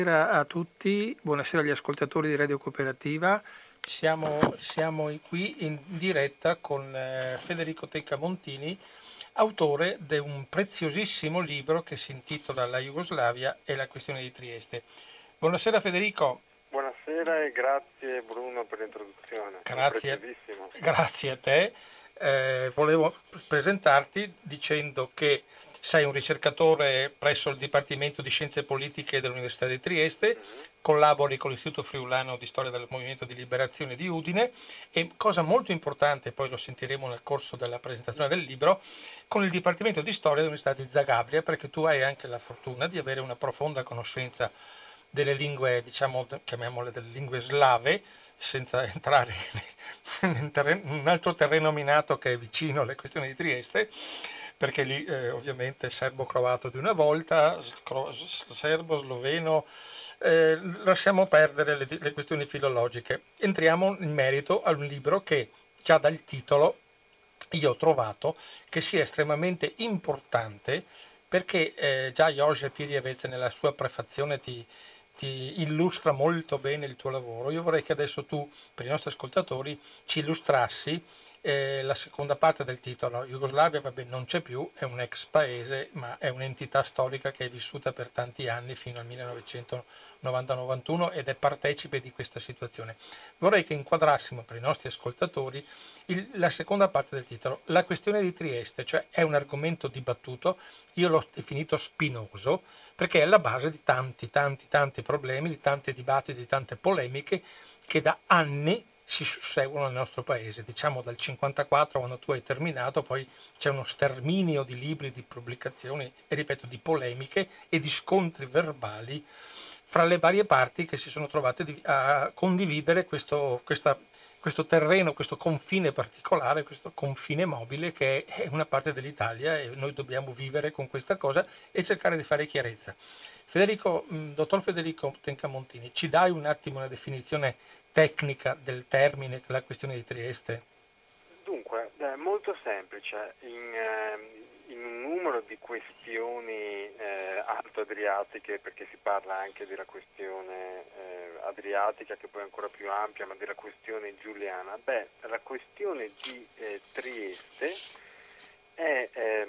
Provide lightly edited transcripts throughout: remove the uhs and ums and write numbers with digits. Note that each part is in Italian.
Buonasera a tutti, buonasera agli ascoltatori di Radio Cooperativa. Siamo qui in diretta con Federico Tencamontini, autore di un preziosissimo libro che si intitola La Jugoslavia e la questione di Trieste. Buonasera Federico. Buonasera e grazie Bruno per l'introduzione. Grazie a te. Volevo presentarti dicendo che sei un ricercatore presso il Dipartimento di Scienze Politiche dell'Università di Trieste, collabori con l'Istituto Friulano di Storia del Movimento di Liberazione di Udine e, cosa molto importante, poi lo sentiremo nel corso della presentazione del libro, con il Dipartimento di Storia dell'Università di Zagabria, perché tu hai anche la fortuna di avere una profonda conoscenza delle lingue, diciamo, chiamiamole delle lingue slave, senza entrare in un altro terreno minato che è vicino alle questioni di Trieste, perché lì ovviamente serbo-croato di una volta, serbo-sloveno, lasciamo perdere le questioni filologiche. Entriamo in merito a un libro che già dal titolo io ho trovato che sia estremamente importante, perché già Joseph Pirievez nella sua prefazione ti illustra molto bene il tuo lavoro. Io vorrei che adesso tu, per i nostri ascoltatori, ci illustrassi la seconda parte del titolo. Jugoslavia, vabbè, non c'è più, è un ex paese, ma è un'entità storica che è vissuta per tanti anni, fino al 1990-91, ed è partecipe di questa situazione. Vorrei che inquadrassimo per i nostri ascoltatori la seconda parte del titolo. La questione di Trieste, cioè è un argomento dibattuto, io l'ho definito spinoso, perché è alla base di tanti problemi, di tanti dibattiti, di tante polemiche che da anni si susseguono nel nostro paese. Diciamo dal 1954, quando tu hai terminato, poi c'è uno sterminio di libri, di pubblicazioni e, ripeto, di polemiche e di scontri verbali fra le varie parti che si sono trovate a condividere questo terreno, questo confine particolare, questo confine mobile che è una parte dell'Italia, e noi dobbiamo vivere con questa cosa e cercare di fare chiarezza. Federico, dottor Federico Tencamontini, ci dai un attimo una definizione tecnica del termine, della questione di Trieste? Dunque, è molto semplice. In un numero di questioni alto-adriatiche, perché si parla anche della questione adriatica, che poi è ancora più ampia, ma della questione giuliana, la questione di Trieste è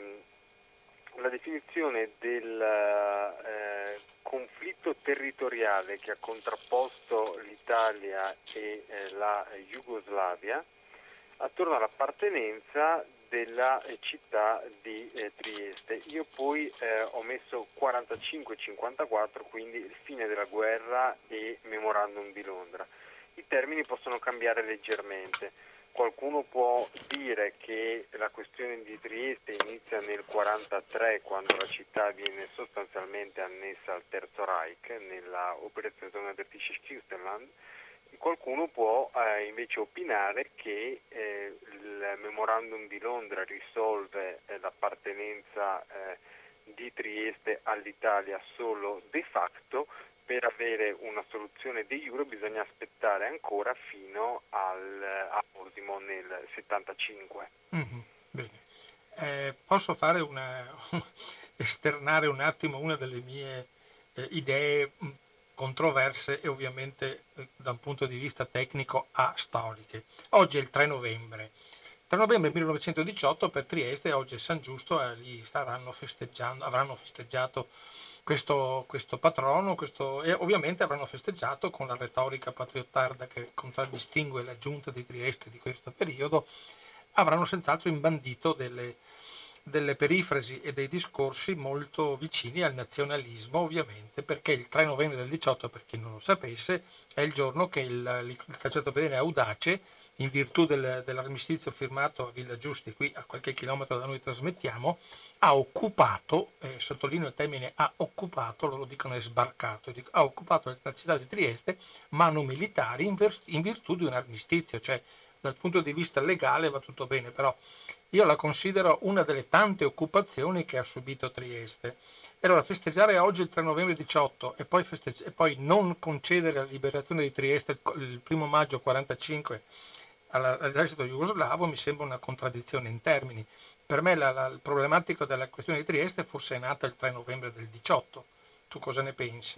la definizione del conflitto territoriale che ha contrapposto l'Italia e la Jugoslavia attorno all'appartenenza della città di Trieste. Io poi ho messo 45-54, quindi il fine della guerra e memorandum di Londra. I termini possono cambiare leggermente. Qualcuno può dire che la questione di Trieste inizia nel 1943, quando la città viene sostanzialmente annessa al Terzo Reich nella operazione Sondertischischtland. Qualcuno può invece opinare che il memorandum di Londra risolve l'appartenenza di Trieste all'Italia solo de facto. Per avere una soluzione de jure bisogna aspettare ancora fino a Osimo nel 1975. Bene. Posso fare esternare un attimo una delle mie idee controverse e ovviamente da un punto di vista tecnico storiche. Oggi è il 3 novembre. 3 novembre 1918 per Trieste, oggi è San Giusto, lì avranno festeggiato questo patrono, e ovviamente avranno festeggiato con la retorica patriottarda che contraddistingue la giunta di Trieste di questo periodo, avranno senz'altro imbandito delle perifrasi e dei discorsi molto vicini al nazionalismo, ovviamente, perché il 3 novembre del 18, per chi non lo sapesse, è il giorno che il cacciatopedene Audace, in virtù dell'armistizio firmato a Villa Giusti, qui a qualche chilometro da noi trasmettiamo, ha occupato, sottolineo il termine ha occupato, loro dicono è sbarcato, ha occupato la città di Trieste, manu militari, in virtù di un armistizio, cioè dal punto di vista legale va tutto bene, però io la considero una delle tante occupazioni che ha subito Trieste. E allora festeggiare oggi il 3 novembre 18 e poi non concedere la liberazione di Trieste il 1 maggio 45 all'esercito jugoslavo mi sembra una contraddizione in termini. Per me il problematico della questione di Trieste forse è nata il 3 novembre del 18. Tu cosa ne pensi?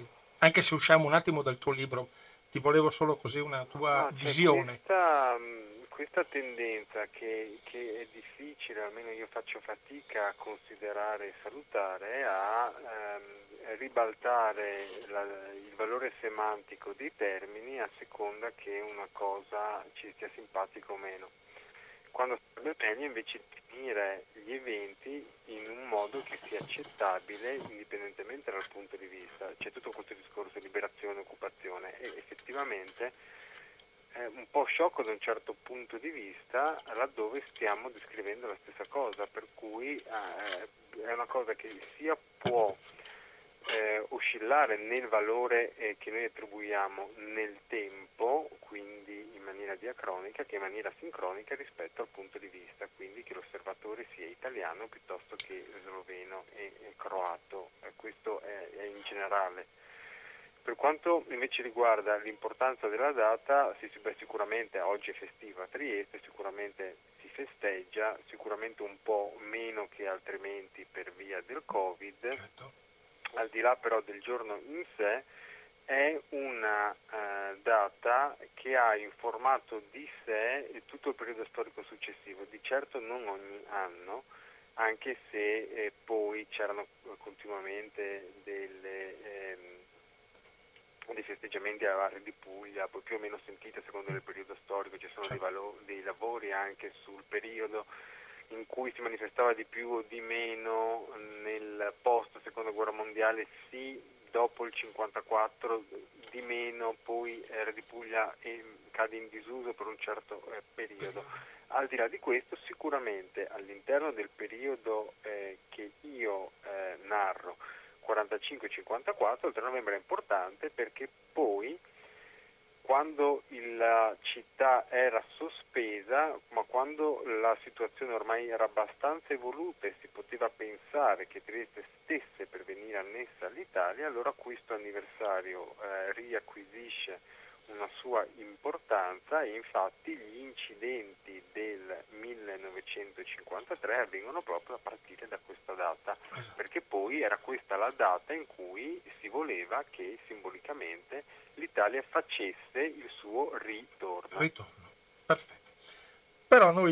anche se usciamo un attimo dal tuo libro, ti volevo solo così una tua No, c'è visione. questa tendenza che è difficile, almeno io faccio fatica a considerare e salutare, a ribaltare il valore semantico dei termini a seconda che una cosa ci sia simpatica o meno. Quando sarebbe meglio invece definire gli eventi in un modo che sia accettabile indipendentemente dal punto di vista. C'è tutto questo discorso di liberazione e occupazione e effettivamente è un po' sciocco da un certo punto di vista laddove stiamo descrivendo la stessa cosa, per cui è una cosa che sia può oscillare nel valore che noi attribuiamo nel tempo, quindi in maniera diacronica, che in maniera sincronica rispetto al punto di vista, quindi che l'osservatore sia italiano piuttosto che sloveno e croato. Questo è in generale. Per quanto invece riguarda l'importanza della data, sicuramente oggi è festiva a Trieste, sicuramente si festeggia, sicuramente un po' meno che altrimenti per via del Covid. Certo. Al di là però del giorno in sé, è una data che ha informato di sé tutto il periodo storico successivo, di certo non ogni anno, anche se poi c'erano continuamente dei festeggiamenti a Valle di Puglia, poi più o meno sentite a seconda del periodo storico, ci sono dei lavori anche sul periodo in cui si manifestava di più o di meno nel post seconda guerra mondiale, sì, dopo il 54 di meno, poi Re di Puglia cade in disuso per un certo periodo. Al di là di questo, sicuramente all'interno del periodo che io narro, 45-54, il 3 novembre è importante perché poi quando la città era sospesa, ma quando la situazione ormai era abbastanza evoluta e si poteva pensare che Trieste stesse per venire annessa all'Italia, allora questo anniversario riacquisisce una sua importanza e infatti gli incidenti del 1953 avvengono proprio a partire da questa data, perché poi era questa la data in cui si voleva che simbolicamente l'Italia facesse il suo ritorno. Perfetto. Però noi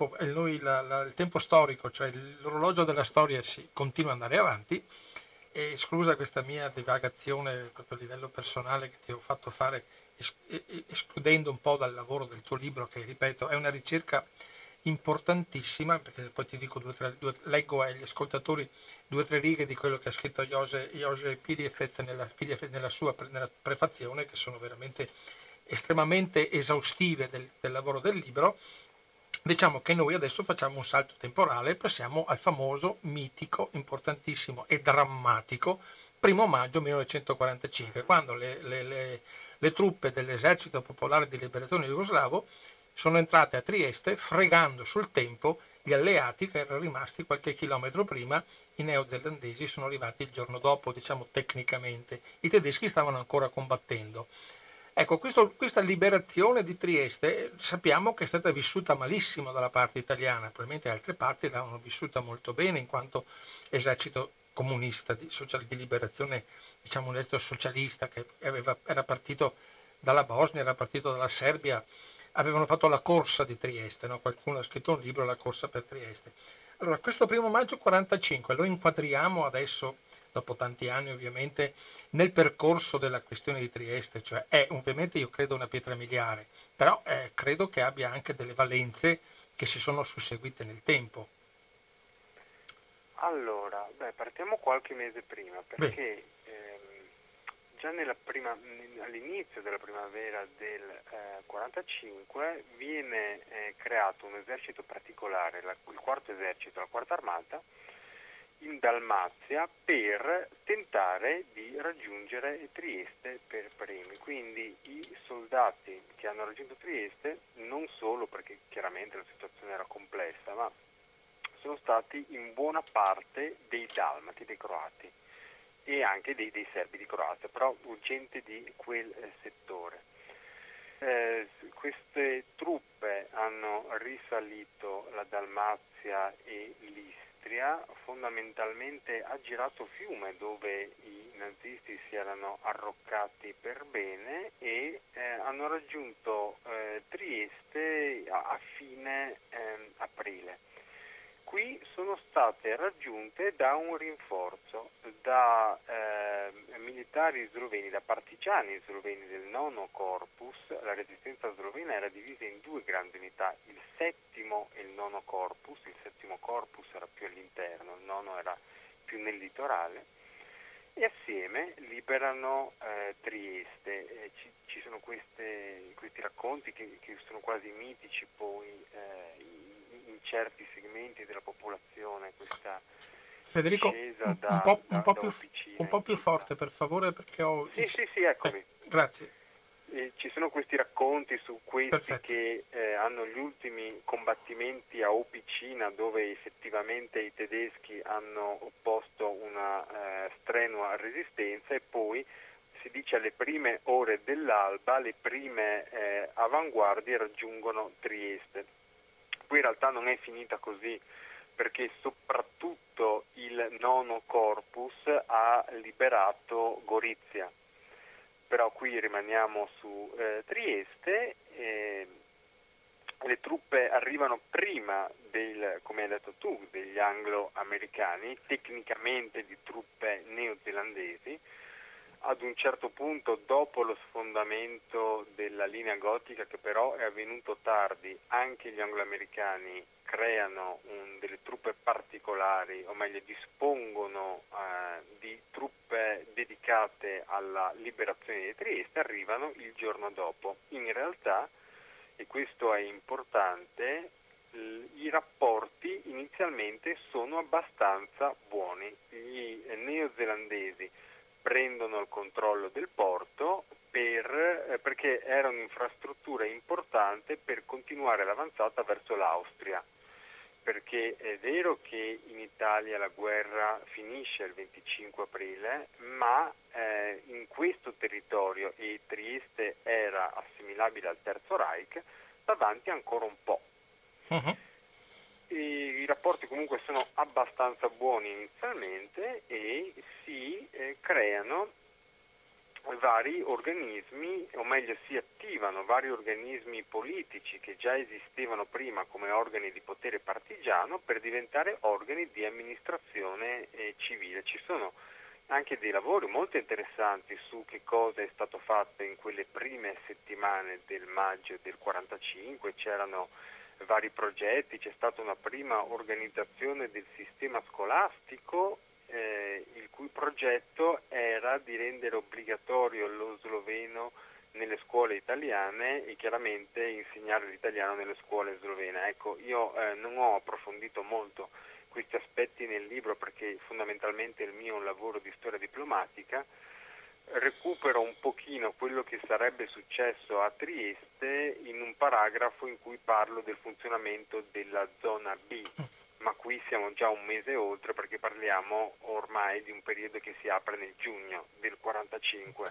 il tempo storico, cioè l'orologio della storia continua ad andare avanti, e esclusa questa mia divagazione proprio a livello personale che ti ho fatto fare, escludendo un po' dal lavoro del tuo libro, che ripeto è una ricerca importantissima, perché poi ti dico leggo agli ascoltatori 2 o 3 righe di quello che ha scritto Jose Piriefet nella prefazione, che sono veramente estremamente esaustive del lavoro del libro. Diciamo che noi adesso facciamo un salto temporale e passiamo al famoso, mitico, importantissimo e drammatico 1° maggio 1945, quando le truppe dell'Esercito Popolare di Liberazione Jugoslavo sono entrate a Trieste fregando sul tempo gli alleati che erano rimasti qualche chilometro prima. I neozelandesi sono arrivati il giorno dopo, diciamo tecnicamente. I tedeschi stavano ancora combattendo. Ecco, questa liberazione di Trieste sappiamo che è stata vissuta malissimo dalla parte italiana, probabilmente altre parti l'hanno vissuta molto bene in quanto esercito comunista di liberazione, diciamo un esercito socialista che era partito dalla Bosnia, era partito dalla Serbia, avevano fatto la corsa di Trieste, no? Qualcuno ha scritto un libro, La corsa per Trieste. Allora, questo 1° maggio 45 lo inquadriamo adesso, dopo tanti anni ovviamente, nel percorso della questione di Trieste, cioè è ovviamente io credo una pietra miliare, però credo che abbia anche delle valenze che si sono susseguite nel tempo. Allora, partiamo qualche mese prima, perché già all'inizio della primavera del 45 viene creato un esercito particolare, il quarto esercito, la quarta armata, in Dalmazia per tentare di raggiungere Trieste per primi. Quindi i soldati che hanno raggiunto Trieste, non solo perché chiaramente la situazione era complessa, ma sono stati in buona parte dei dalmati, dei croati e anche dei serbi di Croazia, però gente di quel settore. Queste truppe hanno risalito la Dalmazia e l'Istria, fondamentalmente a Girato Fiume, dove i nazisti si erano arroccati per bene e hanno raggiunto Trieste a fine aprile. Qui sono state raggiunte da un rinforzo, da militari sloveni, da partigiani sloveni del nono corpus. La resistenza slovena era divisa in due grandi unità, il settimo e il nono corpus. Il settimo corpus era più all'interno, il nono era più nel litorale, e assieme liberano Trieste. Ci sono questi racconti che sono quasi mitici poi in certi segmenti della popolazione, questa Federico, discesa un da Officina po' in più città. forte per favore, perché ho... Sì, eccomi. Grazie. Ci sono questi racconti su questi Perfetto. che hanno gli ultimi combattimenti a Opicina, dove effettivamente i tedeschi hanno opposto una strenua resistenza, e poi si dice alle prime ore dell'alba le prime avanguardie raggiungono Trieste. Poi in realtà non è finita così, perché soprattutto il nono corpus ha liberato Gorizia. Però qui rimaniamo su Trieste. Le truppe arrivano prima come hai detto tu, degli anglo-americani, tecnicamente di truppe neozelandesi. Ad un certo punto, dopo lo sfondamento della linea gotica, che però è avvenuto tardi, anche gli anglo-americani creano delle truppe particolari, o meglio dispongono di truppe dedicate alla liberazione di Trieste, arrivano il giorno dopo. In realtà, e questo è importante, i rapporti inizialmente sono abbastanza buoni. Gli neozelandesi prendono il controllo del porto perché era un'infrastruttura importante per continuare l'avanzata verso l'Austria, perché è vero che in Italia la guerra finisce il 25 aprile, ma in questo territorio, e Trieste era assimilabile al Terzo Reich, davanti ancora un po'. Uh-huh. I rapporti comunque sono abbastanza buoni inizialmente e si creano vari organismi, o meglio si attivano vari organismi politici che già esistevano prima come organi di potere partigiano per diventare organi di amministrazione civile. Ci sono anche dei lavori molto interessanti su che cosa è stato fatto in quelle prime settimane del maggio del 45, c'erano vari progetti, c'è stata una prima organizzazione del sistema scolastico, il cui progetto era di rendere obbligatorio lo sloveno nelle scuole italiane e chiaramente insegnare l'italiano nelle scuole slovene. Ecco, io non ho approfondito molto questi aspetti nel libro perché fondamentalmente il mio è un lavoro di storia diplomatica. Recupero un pochino quello che sarebbe successo a Trieste in un paragrafo in cui parlo del funzionamento della zona B, ma qui siamo già un mese oltre perché parliamo ormai di un periodo che si apre nel giugno del 45.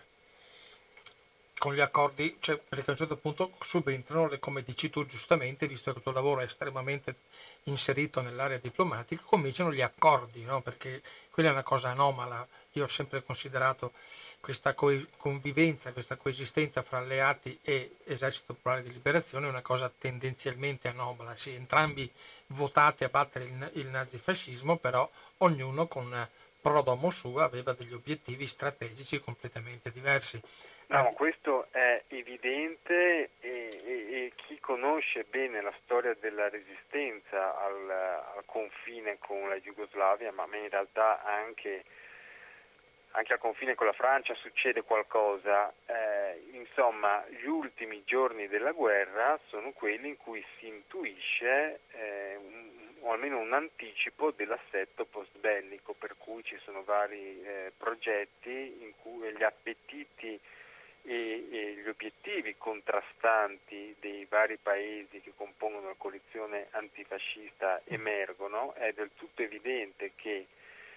Con gli accordi, cioè, perché a un certo punto subentrano, come dici tu giustamente, visto che il tuo lavoro è estremamente inserito nell'area diplomatica, cominciano gli accordi, no? Perché quella è una cosa anomala. Io ho sempre considerato questa convivenza, questa coesistenza fra alleati e esercito popolare di liberazione una cosa tendenzialmente anomala. Sì, entrambi votati a battere il nazifascismo, però ognuno con pro domo sua aveva degli obiettivi strategici completamente diversi. No, questo è evidente e chi conosce bene la storia della resistenza al confine con la Jugoslavia, ma in realtà anche al confine con la Francia succede qualcosa. Insomma, gli ultimi giorni della guerra sono quelli in cui si intuisce o almeno un anticipo dell'assetto post-bellico, per cui ci sono vari progetti in cui gli appetiti e gli obiettivi contrastanti dei vari paesi che compongono la coalizione antifascista emergono. È del tutto evidente che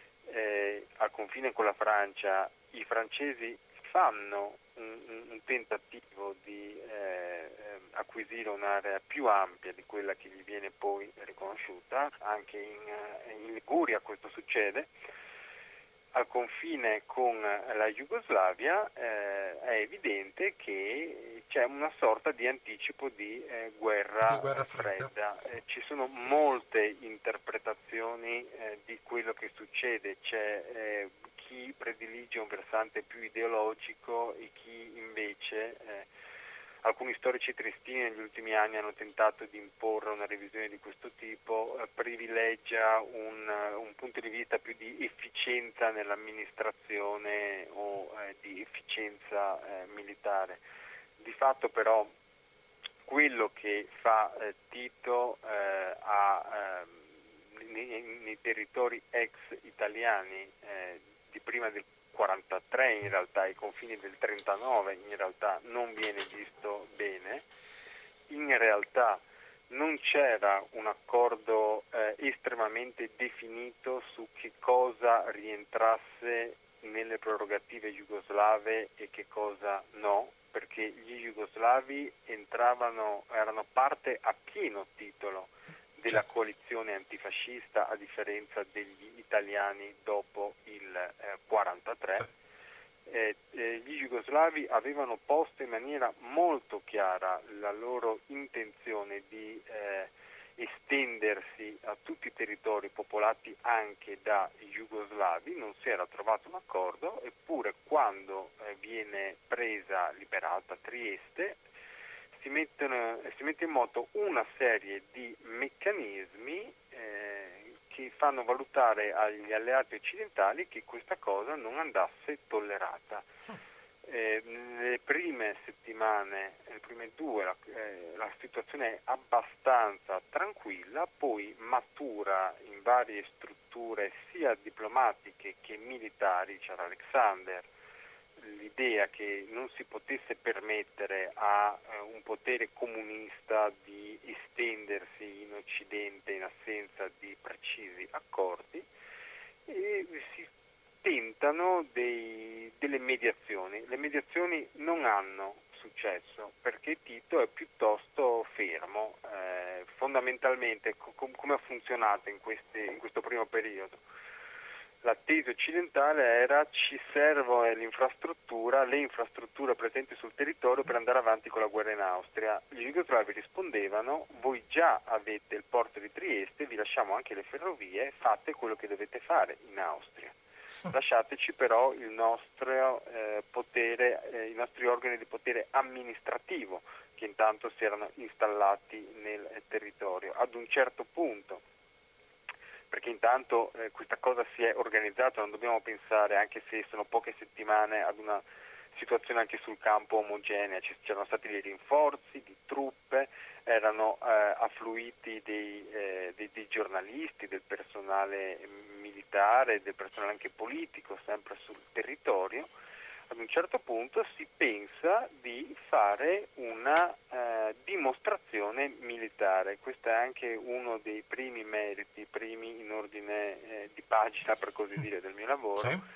al confine con la Francia i francesi fanno un tentativo di acquisire un'area più ampia di quella che gli viene poi riconosciuta, anche in Liguria questo succede, al confine con la Jugoslavia è evidente che c'è una sorta di anticipo di guerra fredda. Ci sono molte interpretazioni di quello che succede, c'è chi predilige un versante più ideologico e chi invece alcuni storici triestini negli ultimi anni hanno tentato di imporre una revisione di questo tipo, privilegia un punto di vista più di efficienza nell'amministrazione o di efficienza militare. Di fatto però quello che fa Tito nei territori ex italiani di prima del 43 in realtà, ai confini del 39 in realtà non viene visto bene. In realtà non c'era un accordo estremamente definito su che cosa rientrasse nelle prerogative jugoslave e che cosa no, perché gli jugoslavi erano parte a pieno titolo della coalizione antifascista, a differenza degli italiani dopo il 43. Gli jugoslavi avevano posto in maniera molto chiara la loro intenzione di estendersi a tutti i territori popolati anche da jugoslavi, non si era trovato un accordo, eppure quando viene liberata Trieste si mette in moto una serie di meccanismi che fanno valutare agli alleati occidentali che questa cosa non andasse tollerata. Nelle prime settimane, nelle prime due, la situazione è abbastanza tranquilla, poi matura in varie strutture sia diplomatiche che militari. C'era Alexander, l'idea che non si potesse permettere a un potere comunista di estendersi in Occidente in assenza di precisi accordi, e si tentano delle mediazioni. Le mediazioni non hanno successo perché Tito è piuttosto fermo. Fondamentalmente come ha funzionato in questo primo periodo? La tesi occidentale era: ci servono le infrastrutture presenti sul territorio per andare avanti con la guerra in Austria. Gli jugoslavi rispondevano: voi già avete il porto di Trieste, vi lasciamo anche le ferrovie, fate quello che dovete fare in Austria. Lasciateci però il nostro potere, i nostri organi di potere amministrativo, che intanto si erano installati nel territorio. Ad un certo punto, perché intanto questa cosa si è organizzata, non dobbiamo pensare, anche se sono poche settimane, ad una situazione anche sul campo omogenea. C'erano stati dei rinforzi di truppe, erano affluiti dei giornalisti, del personale militare, del personale anche politico, sempre sul territorio. Ad un certo punto si pensa di fare una dimostrazione militare. Questo è anche uno dei primi meriti, primi in ordine di pagina, per così dire, del mio lavoro. Sì.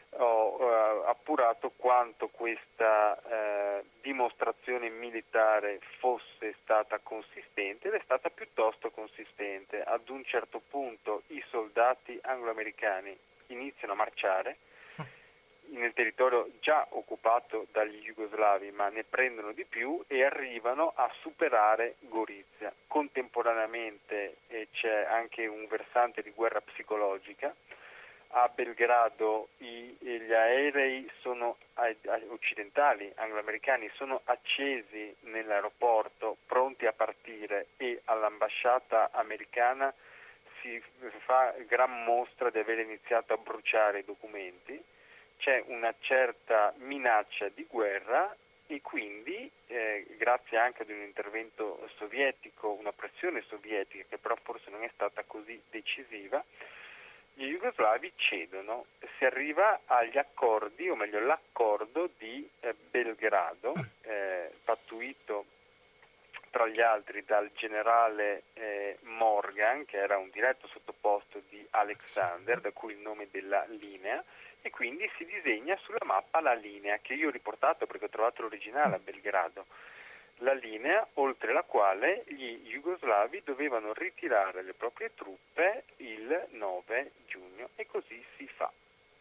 Ho appurato quanto questa dimostrazione militare fosse stata consistente, ed è stata piuttosto consistente. Ad un certo punto i soldati anglo-americani iniziano a marciare nel territorio già occupato dagli jugoslavi, ma ne prendono di più e arrivano a superare Gorizia. Contemporaneamente c'è anche un versante di guerra psicologica. A Belgrado gli aerei occidentali, anglo-americani, sono accesi nell'aeroporto, pronti a partire, e all'ambasciata americana si fa gran mostra di aver iniziato a bruciare i documenti. C'è una certa minaccia di guerra e quindi, grazie anche ad un intervento sovietico, una pressione sovietica che però forse non è stata così decisiva, gli jugoslavi cedono. Si arriva agli accordi, o meglio l'accordo di Belgrado, pattuito tra gli altri dal generale Morgan, che era un diretto sottoposto di Alexander, da cui il nome della linea, e quindi si disegna sulla mappa la linea che io ho riportato perché ho trovato l'originale a Belgrado, la linea oltre la quale gli jugoslavi dovevano ritirare le proprie truppe il 9 giugno, e così si fa.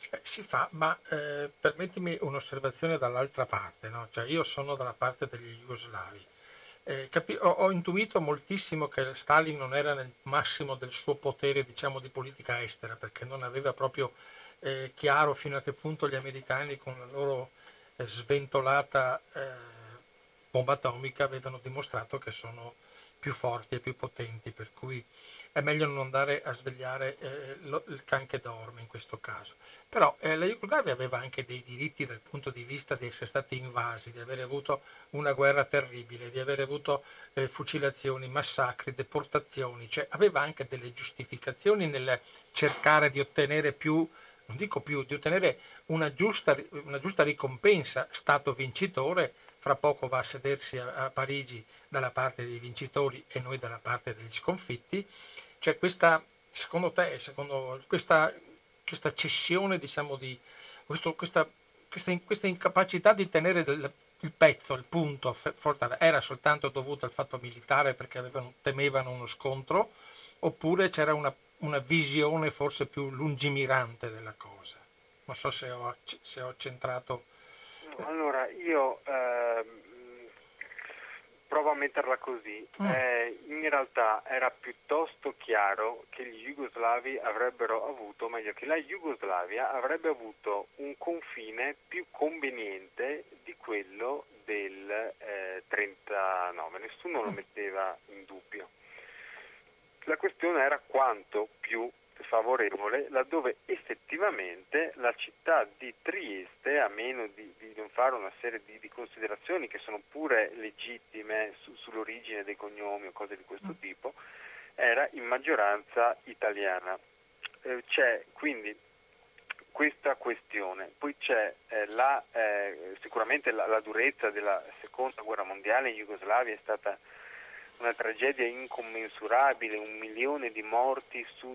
Si fa, ma permettimi un'osservazione dall'altra parte, no? Cioè io sono dalla parte degli jugoslavi. Ho intuito moltissimo che Stalin non era nel massimo del suo potere, diciamo, di politica estera, perché non aveva proprio chiaro fino a che punto gli americani con la loro sventolata bomba atomica avevano dimostrato che sono più forti e più potenti, per cui è meglio non andare a svegliare il can che dorme in questo caso. Però la Jugoslavia aveva anche dei diritti dal punto di vista di essere stati invasi, di aver avuto una guerra terribile, di aver avuto fucilazioni, massacri, deportazioni, cioè aveva anche delle giustificazioni nel cercare di ottenere più, non dico più, di ottenere una giusta ricompensa, stato vincitore, fra poco va a sedersi a Parigi dalla parte dei vincitori e noi dalla parte degli sconfitti. Cioè questa, secondo te, secondo questa cessione, diciamo, questa incapacità di tenere il pezzo, il punto, era soltanto dovuta al fatto militare perché temevano uno scontro, oppure c'era una visione forse più lungimirante della cosa? Non so se ho centrato. Allora, io provo a metterla così. In realtà era piuttosto chiaro che gli jugoslavi avrebbero avuto, o meglio, che la Jugoslavia avrebbe avuto un confine più conveniente di quello del 39. Nessuno lo metteva in dubbio. La questione era quanto più favorevole, laddove effettivamente la città di Trieste, a meno di non fare una serie di considerazioni che sono pure legittime sull'origine dei cognomi o cose di questo tipo, era in maggioranza italiana. C'è quindi questa questione, poi c'è sicuramente la durezza della seconda guerra mondiale in Jugoslavia è stata una tragedia incommensurabile, 1 milione di morti su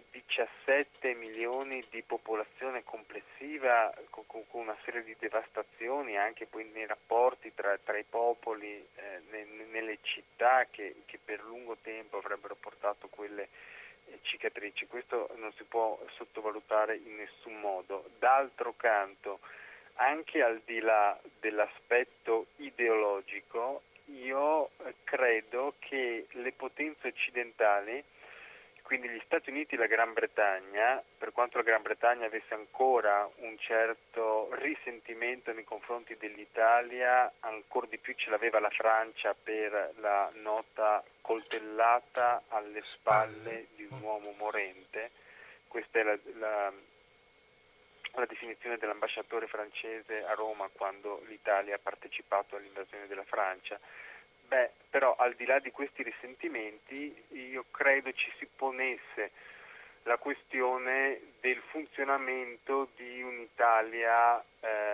17 milioni di popolazione complessiva, con una serie di devastazioni anche poi nei rapporti tra i popoli, nelle città che per lungo tempo avrebbero portato quelle cicatrici. Questo non si può sottovalutare in nessun modo. D'altro canto, anche al di là dell'aspetto ideologico, io credo che le potenze occidentali, quindi gli Stati Uniti e la Gran Bretagna, per quanto la Gran Bretagna avesse ancora un certo risentimento nei confronti dell'Italia, ancora di più ce l'aveva la Francia per la nota coltellata alle spalle di un uomo morente. Questa è la definizione dell'ambasciatore francese a Roma quando l'Italia ha partecipato all'invasione della Francia. Però al di là di questi risentimenti io credo ci si ponesse la questione del funzionamento di un'Italia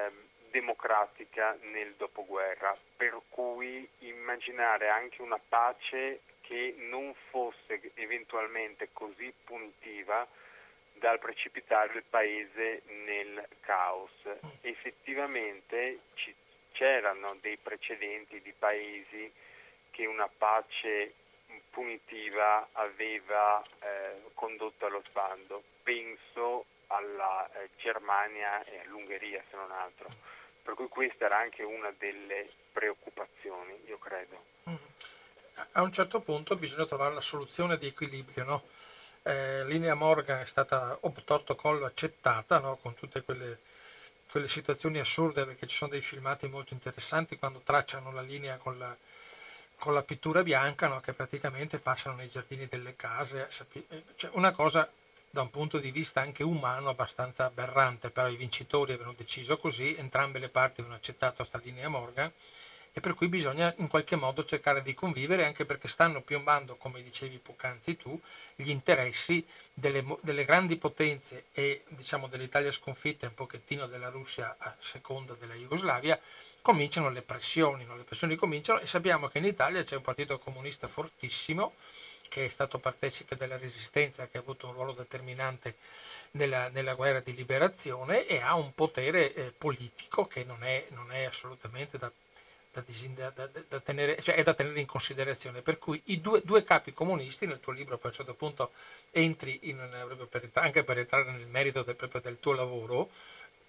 democratica nel dopoguerra, per cui immaginare anche una pace che non fosse eventualmente così punitiva dal precipitare il paese nel caos. Effettivamente c'erano dei precedenti di paesi che una pace punitiva aveva condotto allo sbando. Penso alla Germania e all'Ungheria, se non altro. Per cui questa era anche una delle preoccupazioni, io credo. A un certo punto bisogna trovare la soluzione di equilibrio, no? Linea Morgan è stata obtorto collo accettata, no? Con tutte quelle situazioni assurde, perché ci sono dei filmati molto interessanti quando tracciano la linea con la pittura bianca, no? Che praticamente passano nei giardini delle case, cioè una cosa da un punto di vista anche umano abbastanza aberrante, però i vincitori avevano deciso così, entrambe le parti avevano accettato questa linea Morgan, e per cui bisogna in qualche modo cercare di convivere, anche perché stanno piombando, come dicevi poc'anzi tu, gli interessi delle grandi potenze e, diciamo, dell'Italia sconfitta e un pochettino della Russia a seconda della Jugoslavia. Cominciano le pressioni, no? Le pressioni cominciano, e sappiamo che in Italia c'è un partito comunista fortissimo che è stato partecipe della resistenza, che ha avuto un ruolo determinante nella guerra di liberazione, e ha un potere politico che non è assolutamente da tenere, cioè è da tenere in considerazione. Per cui i due capi comunisti, nel tuo libro poi a un certo punto entri anche per entrare nel merito proprio del tuo lavoro,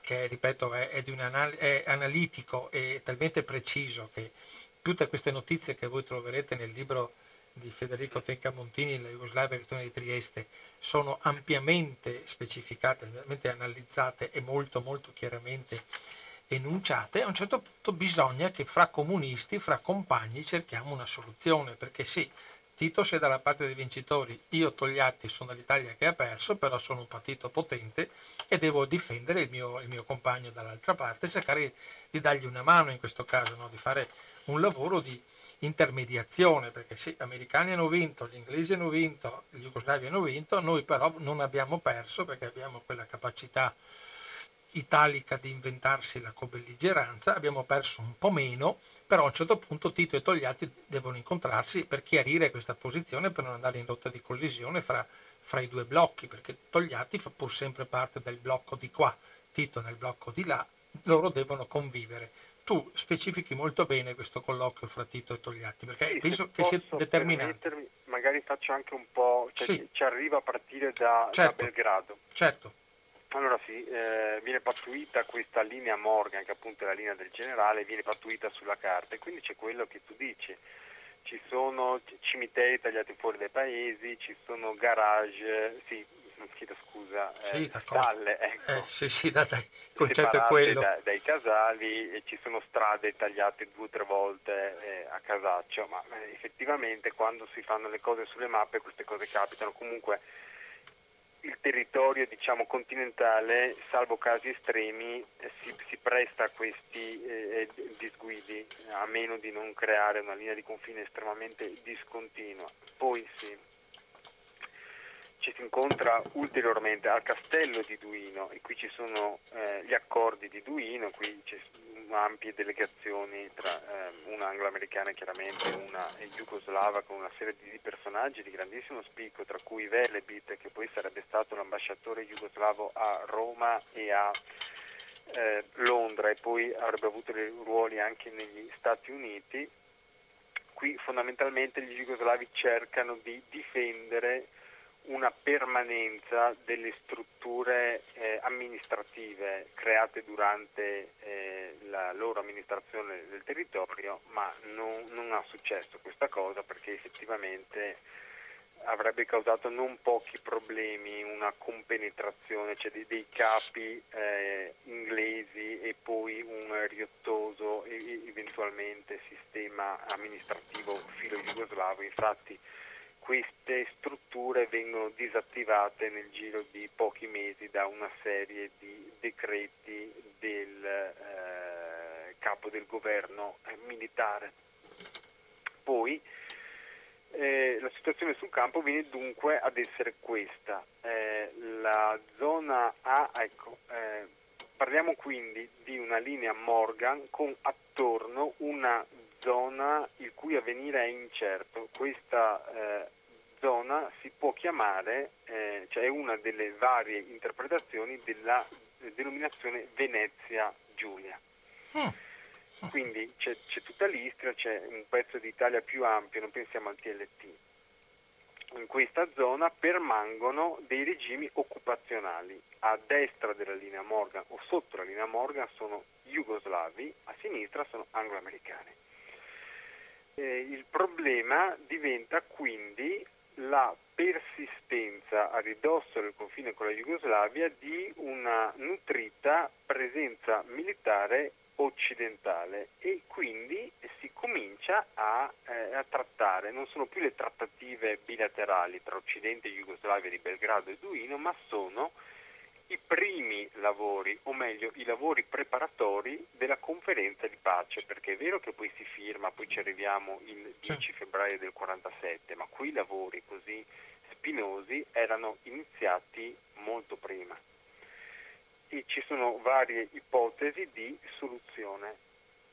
che ripeto è analitico e talmente preciso che tutte queste notizie che voi troverete nel libro di Federico Tencamontini, La Jugoslavia, la questione di Trieste, sono ampiamente specificate, ampiamente analizzate e molto molto chiaramente enunciate. A un certo punto bisogna che fra comunisti, fra compagni cerchiamo una soluzione, perché sì, Tito sei dalla parte dei vincitori, io Togliatti sono l'Italia che ha perso, però sono un partito potente e devo difendere il mio compagno dall'altra parte, cercare di dargli una mano in questo caso, no? Di fare un lavoro di intermediazione, perché sì, gli americani hanno vinto, gli inglesi hanno vinto, gli jugoslavi hanno vinto, noi però non abbiamo perso perché abbiamo quella capacità italica di inventarsi la cobelligeranza, abbiamo perso un po' meno, però a un certo punto Tito e Togliatti devono incontrarsi per chiarire questa posizione, per non andare in rotta di collisione fra i due blocchi, perché Togliatti fa pur sempre parte del blocco di qua, Tito nel blocco di là, loro devono convivere. Tu specifichi molto bene questo colloquio fra Tito e Togliatti, perché Sì, se penso che sia posso determinante. permettermi, magari faccio anche un po', cioè Sì, ci arriva a partire da certo, Belgrado. certo. Allora sì, viene pattuita questa linea Morgan, che appunto è la linea del generale, viene pattuita sulla carta e quindi c'è quello che tu dici. Ci sono cimiteri tagliati fuori dai paesi, ci sono garage, sì, chiedo scusa, Sì, d'accordo. stalle, ecco, Sì, dai, il concetto è separate quello. dai casali e ci sono strade tagliate 2 o 3 volte a casaccio, ma effettivamente quando si fanno le cose sulle mappe queste cose capitano. Comunque il territorio diciamo continentale, salvo casi estremi, si presta a questi disguidi, a meno di non creare una linea di confine estremamente discontinua. Poi ci si incontra ulteriormente al castello di Duino e qui ci sono gli accordi di Duino, qui ci sono ampie delegazioni tra una anglo-americana chiaramente e una jugoslava, con una serie di personaggi di grandissimo spicco, tra cui Velebit, che poi sarebbe stato l'ambasciatore jugoslavo a Roma e a Londra e poi avrebbe avuto dei ruoli anche negli Stati Uniti. Qui fondamentalmente gli jugoslavi cercano di difendere una permanenza delle strutture amministrative create durante la loro amministrazione del territorio, ma non ha successo questa cosa perché effettivamente avrebbe causato non pochi problemi, una compenetrazione, cioè dei capi inglesi e poi un riottoso e eventualmente sistema amministrativo filo-jugoslavo. Infatti queste strutture vengono disattivate nel giro di pochi mesi da una serie di decreti del capo del governo militare. Poi la situazione sul campo viene dunque ad essere questa. La zona A, parliamo quindi di una linea Morgan con attorno una zona il cui avvenire è incerto. Questa zona si può chiamare, cioè è una delle varie interpretazioni della denominazione Venezia Giulia. Quindi c'è tutta l'Istria, c'è un pezzo d'Italia più ampio, non pensiamo al TLT. In questa zona permangono dei regimi occupazionali. A destra della linea Morgan o sotto la linea Morgan sono jugoslavi, a sinistra sono anglo-americani. Il problema diventa quindi la persistenza a ridosso del confine con la Jugoslavia di una nutrita presenza militare occidentale e quindi si comincia a trattare, non sono più le trattative bilaterali tra Occidente e Jugoslavia di Belgrado e Duino, ma sono i primi lavori, o meglio i lavori preparatori della conferenza di pace, perché è vero che poi si firma, poi ci arriviamo il 10 febbraio del 47, ma quei lavori così spinosi erano iniziati molto prima e ci sono varie ipotesi di soluzione.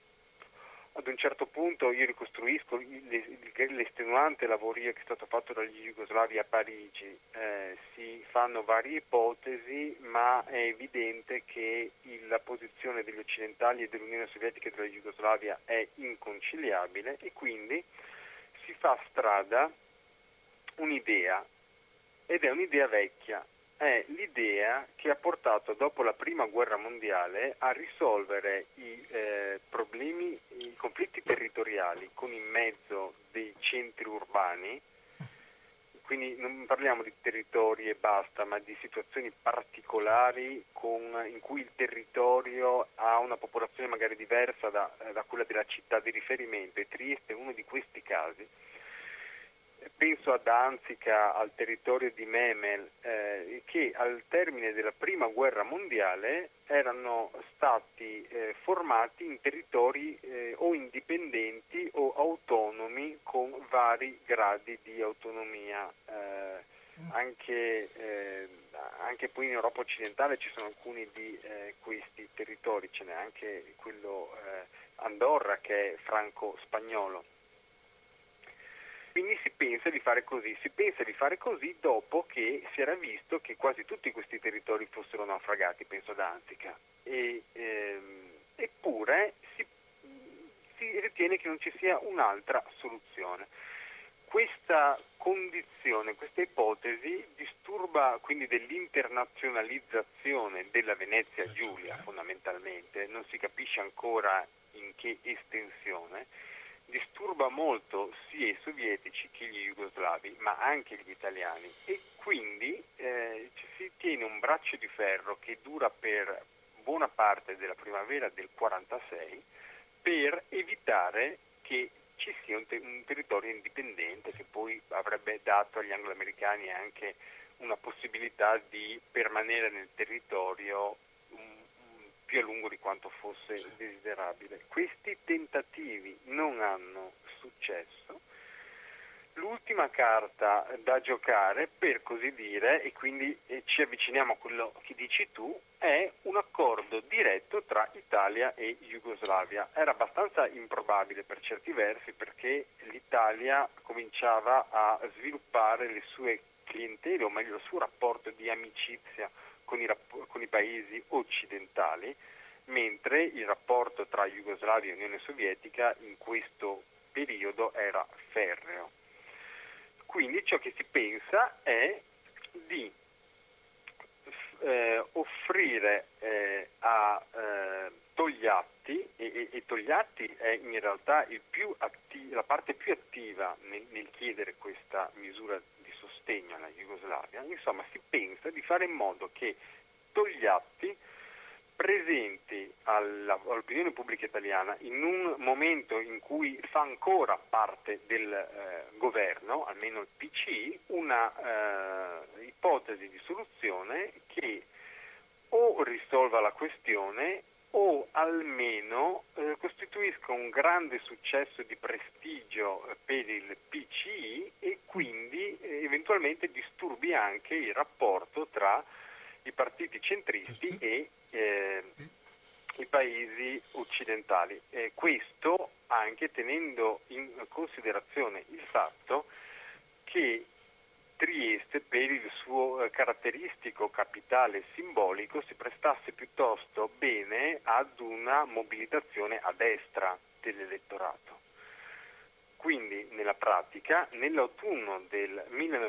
Ad un certo punto io ricostruisco l'estenuante lavorio che è stato fatto dagli jugoslavi a Parigi, si fanno varie ipotesi, ma è evidente che la posizione degli occidentali e dell'Unione Sovietica e della Jugoslavia è inconciliabile e quindi si fa strada un'idea, ed è un'idea vecchia, è l'idea che ha portato dopo la prima guerra mondiale a risolvere i problemi, i conflitti territoriali con in mezzo dei centri urbani. Quindi non parliamo di territori e basta, ma di situazioni particolari in cui il territorio ha una popolazione magari diversa da quella della città di riferimento, e Trieste è uno di questi casi. Penso a Danzica, al territorio di Memel, che al termine della prima guerra mondiale erano stati formati in territori o indipendenti o autonomi con vari gradi di autonomia. Anche poi in Europa occidentale ci sono alcuni di questi territori, ce n'è anche quello Andorra che è franco-spagnolo. Quindi si pensa di fare così dopo che si era visto che quasi tutti questi territori fossero naufragati, penso ad Danzica, eppure si ritiene che non ci sia un'altra soluzione. Questa condizione, questa ipotesi disturba quindi dell'internazionalizzazione della Venezia Giulia fondamentalmente, non si capisce ancora in che estensione. Disturba molto sia i sovietici che gli jugoslavi, ma anche gli italiani, e quindi si tiene un braccio di ferro che dura per buona parte della primavera del 46 per evitare che ci sia un territorio indipendente che poi avrebbe dato agli angloamericani anche una possibilità di permanere nel territorio più a lungo di quanto fosse desiderabile. Questi tentativi non hanno successo. L'ultima carta da giocare, per così dire, e quindi ci avviciniamo a quello che dici tu, è un accordo diretto tra Italia e Jugoslavia. Era abbastanza improbabile per certi versi, perché l'Italia cominciava a sviluppare le sue clientele, o meglio il suo rapporto di amicizia con i paesi occidentali, mentre il rapporto tra Jugoslavia e Unione Sovietica in questo periodo era ferreo. Quindi ciò che si pensa è di offrire a Togliatti, e Togliatti è in realtà la parte più attiva nel chiedere questa misura di sostegno alla Jugoslavia. Insomma, si pensa di fare in modo che Togliatti presenti all'opinione pubblica italiana, in un momento in cui fa ancora parte del governo, almeno il PCI, una ipotesi di soluzione che o risolva la questione o almeno costituisca un grande successo di prestigio per il PCI, e quindi eventualmente disturbi anche il rapporto tra i partiti centristi e i paesi occidentali. Questo anche tenendo in considerazione il fatto che Trieste, per il suo caratteristico capitale simbolico, si prestasse piuttosto bene ad una mobilitazione a destra dell'elettorato. Quindi nella pratica, nell'autunno del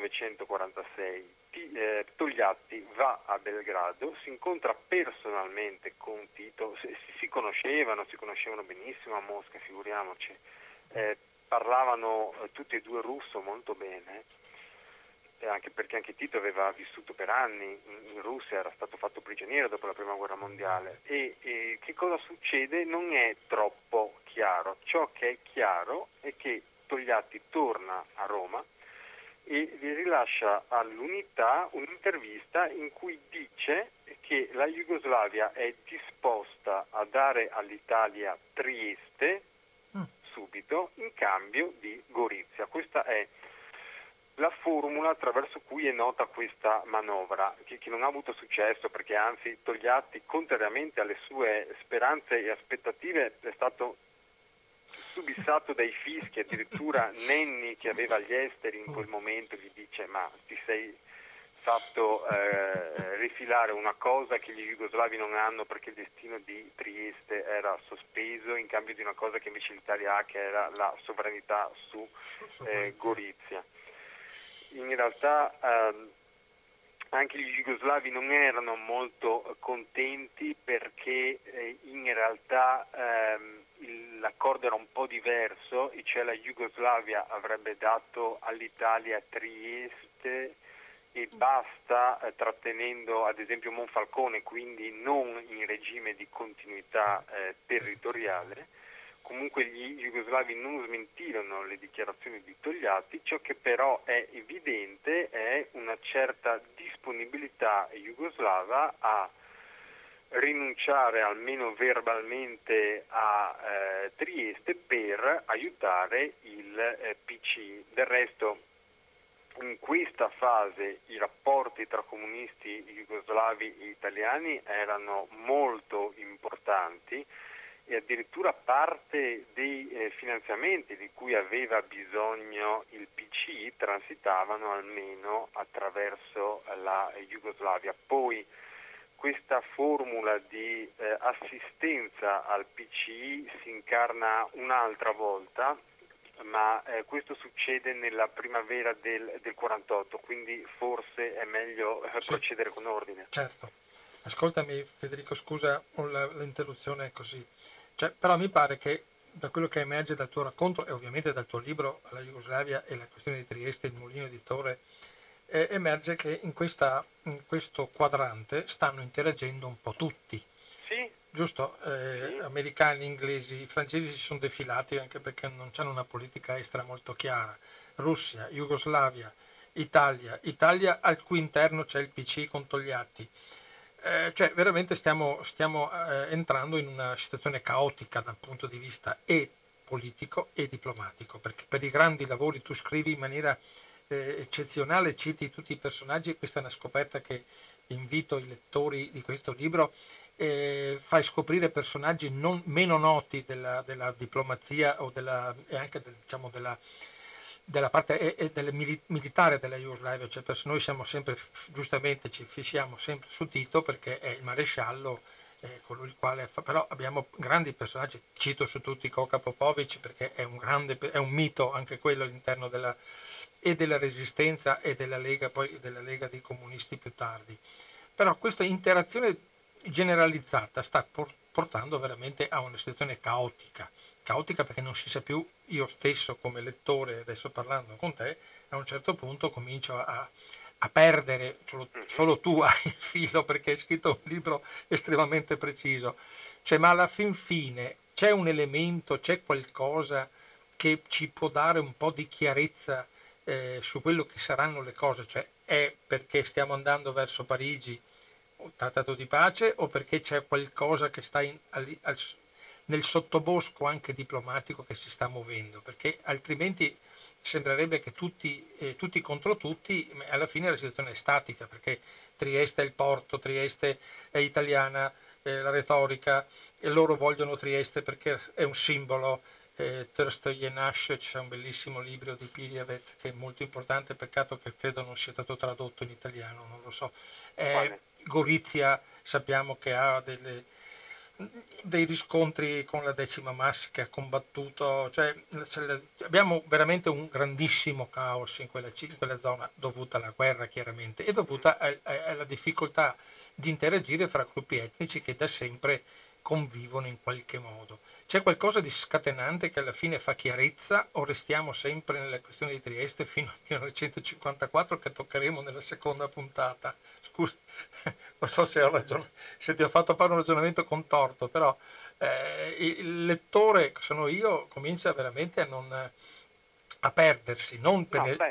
1946, Togliatti va a Belgrado, si incontra personalmente con Tito, si conoscevano benissimo a Mosca, figuriamoci, parlavano tutti e due russo molto bene, anche perché anche Tito aveva vissuto per anni in Russia, era stato fatto prigioniero dopo la prima guerra mondiale, e che cosa succede non è troppo chiaro. Ciò che è chiaro è che Togliatti torna a Roma e gli rilascia all'Unità un'intervista in cui dice che la Jugoslavia è disposta a dare all'Italia Trieste subito in cambio di Gorizia. Questa è la formula attraverso cui è nota questa manovra, che non ha avuto successo, perché anzi Togliatti, contrariamente alle sue speranze e aspettative, è stato subissato dai fischi. Addirittura Nenni, che aveva gli esteri in quel momento, gli dice: ma ti sei fatto rifilare una cosa che gli jugoslavi non hanno, perché il destino di Trieste era sospeso in cambio di una cosa che invece l'Italia ha, che era la sovranità su Gorizia. In realtà anche gli jugoslavi non erano molto contenti perché in realtà l'accordo era un po' diverso, e cioè la Jugoslavia avrebbe dato all'Italia Trieste e basta, trattenendo ad esempio Monfalcone, quindi non in regime di continuità territoriale. Comunque gli jugoslavi non smentirono le dichiarazioni di Togliatti. Ciò che però è evidente è una certa disponibilità jugoslava a rinunciare almeno verbalmente a Trieste per aiutare il PC. Del resto, in questa fase i rapporti tra comunisti jugoslavi e italiani erano molto importanti, e addirittura parte dei finanziamenti di cui aveva bisogno il PC transitavano almeno attraverso la Jugoslavia. Poi questa formula di assistenza al PC si incarna un'altra volta, ma questo succede nella primavera del 48, quindi forse è meglio procedere con ordine. Certo. Ascoltami Federico, scusa l'interruzione così. Però mi pare che da quello che emerge dal tuo racconto e ovviamente dal tuo libro La Jugoslavia e la questione di Trieste, il Mulino Editore, emerge che in questo quadrante stanno interagendo un po' tutti. Sì. Giusto? Sì. Americani, inglesi, francesi si sono defilati anche perché non hanno una politica estera molto chiara. Russia, Jugoslavia, Italia al cui interno c'è il PC con Togliatti. Veramente stiamo entrando in una situazione caotica dal punto di vista e politico e diplomatico, perché per i grandi lavori tu scrivi in maniera eccezionale, citi tutti i personaggi, e questa è una scoperta che invito i lettori di questo libro, fai scoprire personaggi meno noti della diplomazia o e anche della parte militare della Jugoslavia, cioè noi siamo sempre, giustamente ci fissiamo sempre su Tito perché è il maresciallo, colui il quale però abbiamo grandi personaggi, cito su tutti Koka Popovic perché è un mito anche quello all'interno della Resistenza e della Lega, poi della Lega dei Comunisti più tardi. Però questa interazione generalizzata sta portando veramente a una situazione caotica perché non si sa più, io stesso come lettore, adesso parlando con te, a un certo punto comincio a perdere, solo tu hai il filo perché hai scritto un libro estremamente preciso, ma alla fin fine c'è un elemento, c'è qualcosa che ci può dare un po' di chiarezza su quello che saranno le cose, cioè è perché stiamo andando verso Parigi, un trattato di pace, o perché c'è qualcosa che sta nel sottobosco anche diplomatico che si sta muovendo, perché altrimenti sembrerebbe che tutti contro tutti, alla fine la situazione è statica, perché Trieste è il porto, Trieste è italiana, la retorica, e loro vogliono Trieste perché è un simbolo. Tolstoj e Nash, c'è un bellissimo libro di Piljavec che è molto importante, peccato che credo non sia stato tradotto in italiano, non lo so. Gorizia sappiamo che ha dei riscontri con la Decima Mas che ha combattuto, abbiamo veramente un grandissimo caos in quella zona, dovuta alla guerra chiaramente e dovuta alla difficoltà di interagire fra gruppi etnici che da sempre convivono in qualche modo. C'è qualcosa di scatenante che alla fine fa chiarezza, o restiamo sempre nella questione di Trieste fino al 1954 che toccheremo nella seconda puntata? Scusa, non so se ti ho fatto fare un ragionamento contorto, però il lettore, che sono io, comincia veramente a perdersi, non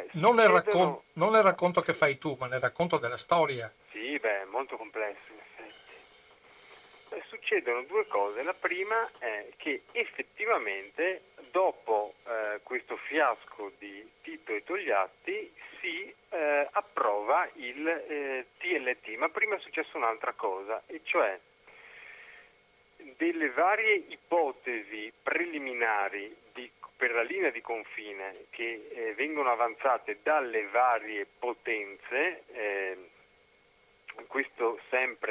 nel racconto che fai tu, ma nel racconto della storia. Sì, è molto complesso in effetti. Succedono due cose. La prima è che effettivamente dopo questo fiasco di Tito e Togliatti si approva il TLT, ma prima è successa un'altra cosa, e cioè delle varie ipotesi preliminari per la linea di confine che vengono avanzate dalle varie potenze, questo sempre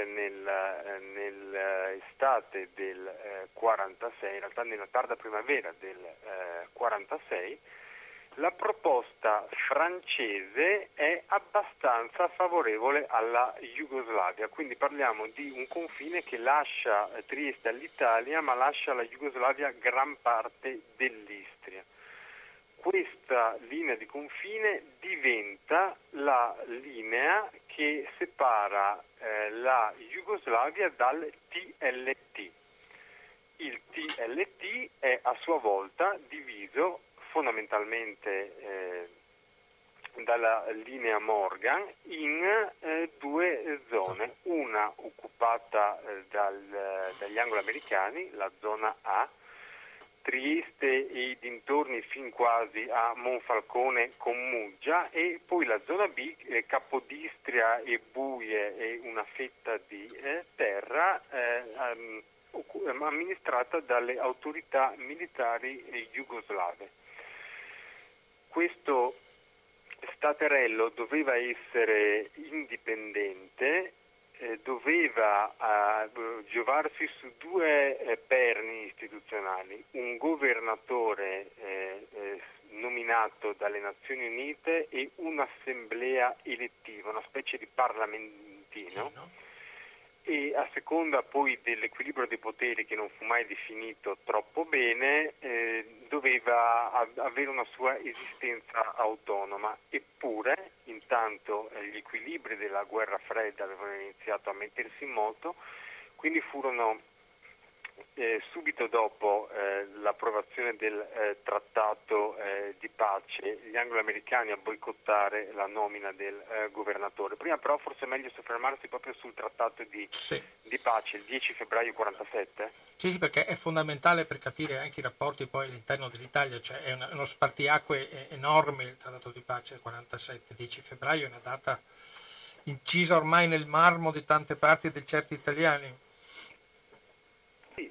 nell'estate del 46, in realtà nella tarda primavera del 46, La proposta francese è abbastanza favorevole alla Jugoslavia, quindi parliamo di un confine che lascia Trieste all'Italia, ma lascia alla Jugoslavia gran parte dell'Istria. Questa linea di confine diventa la linea che separa la Jugoslavia dal TLT. Il TLT è a sua volta diviso fondamentalmente dalla linea Morgan in due zone, una occupata dagli anglo-americani, la zona A, Trieste e i dintorni fin quasi a Monfalcone con Muggia, e poi la zona B, Capodistria e Buie e una fetta di terra amministrata dalle autorità militari jugoslave. Questo staterello doveva essere indipendente, doveva giovarsi su due perni istituzionali: un governatore nominato dalle Nazioni Unite e un'assemblea elettiva, una specie di parlamentino. E a seconda poi dell'equilibrio dei poteri, che non fu mai definito troppo bene, doveva avere una sua esistenza autonoma. Eppure, intanto gli equilibri della guerra fredda avevano iniziato a mettersi in moto, quindi furono subito dopo l'approvazione del trattato di pace gli anglo-americani a boicottare la nomina del governatore. Prima però forse è meglio soffermarsi proprio sul trattato di pace, il 10 febbraio 47. Sì, perché è fondamentale per capire anche i rapporti poi all'interno dell'Italia, cioè è uno spartiacque enorme il trattato di pace del 47. 10 febbraio è una data incisa ormai nel marmo di tante parti di certi italiani. Sì,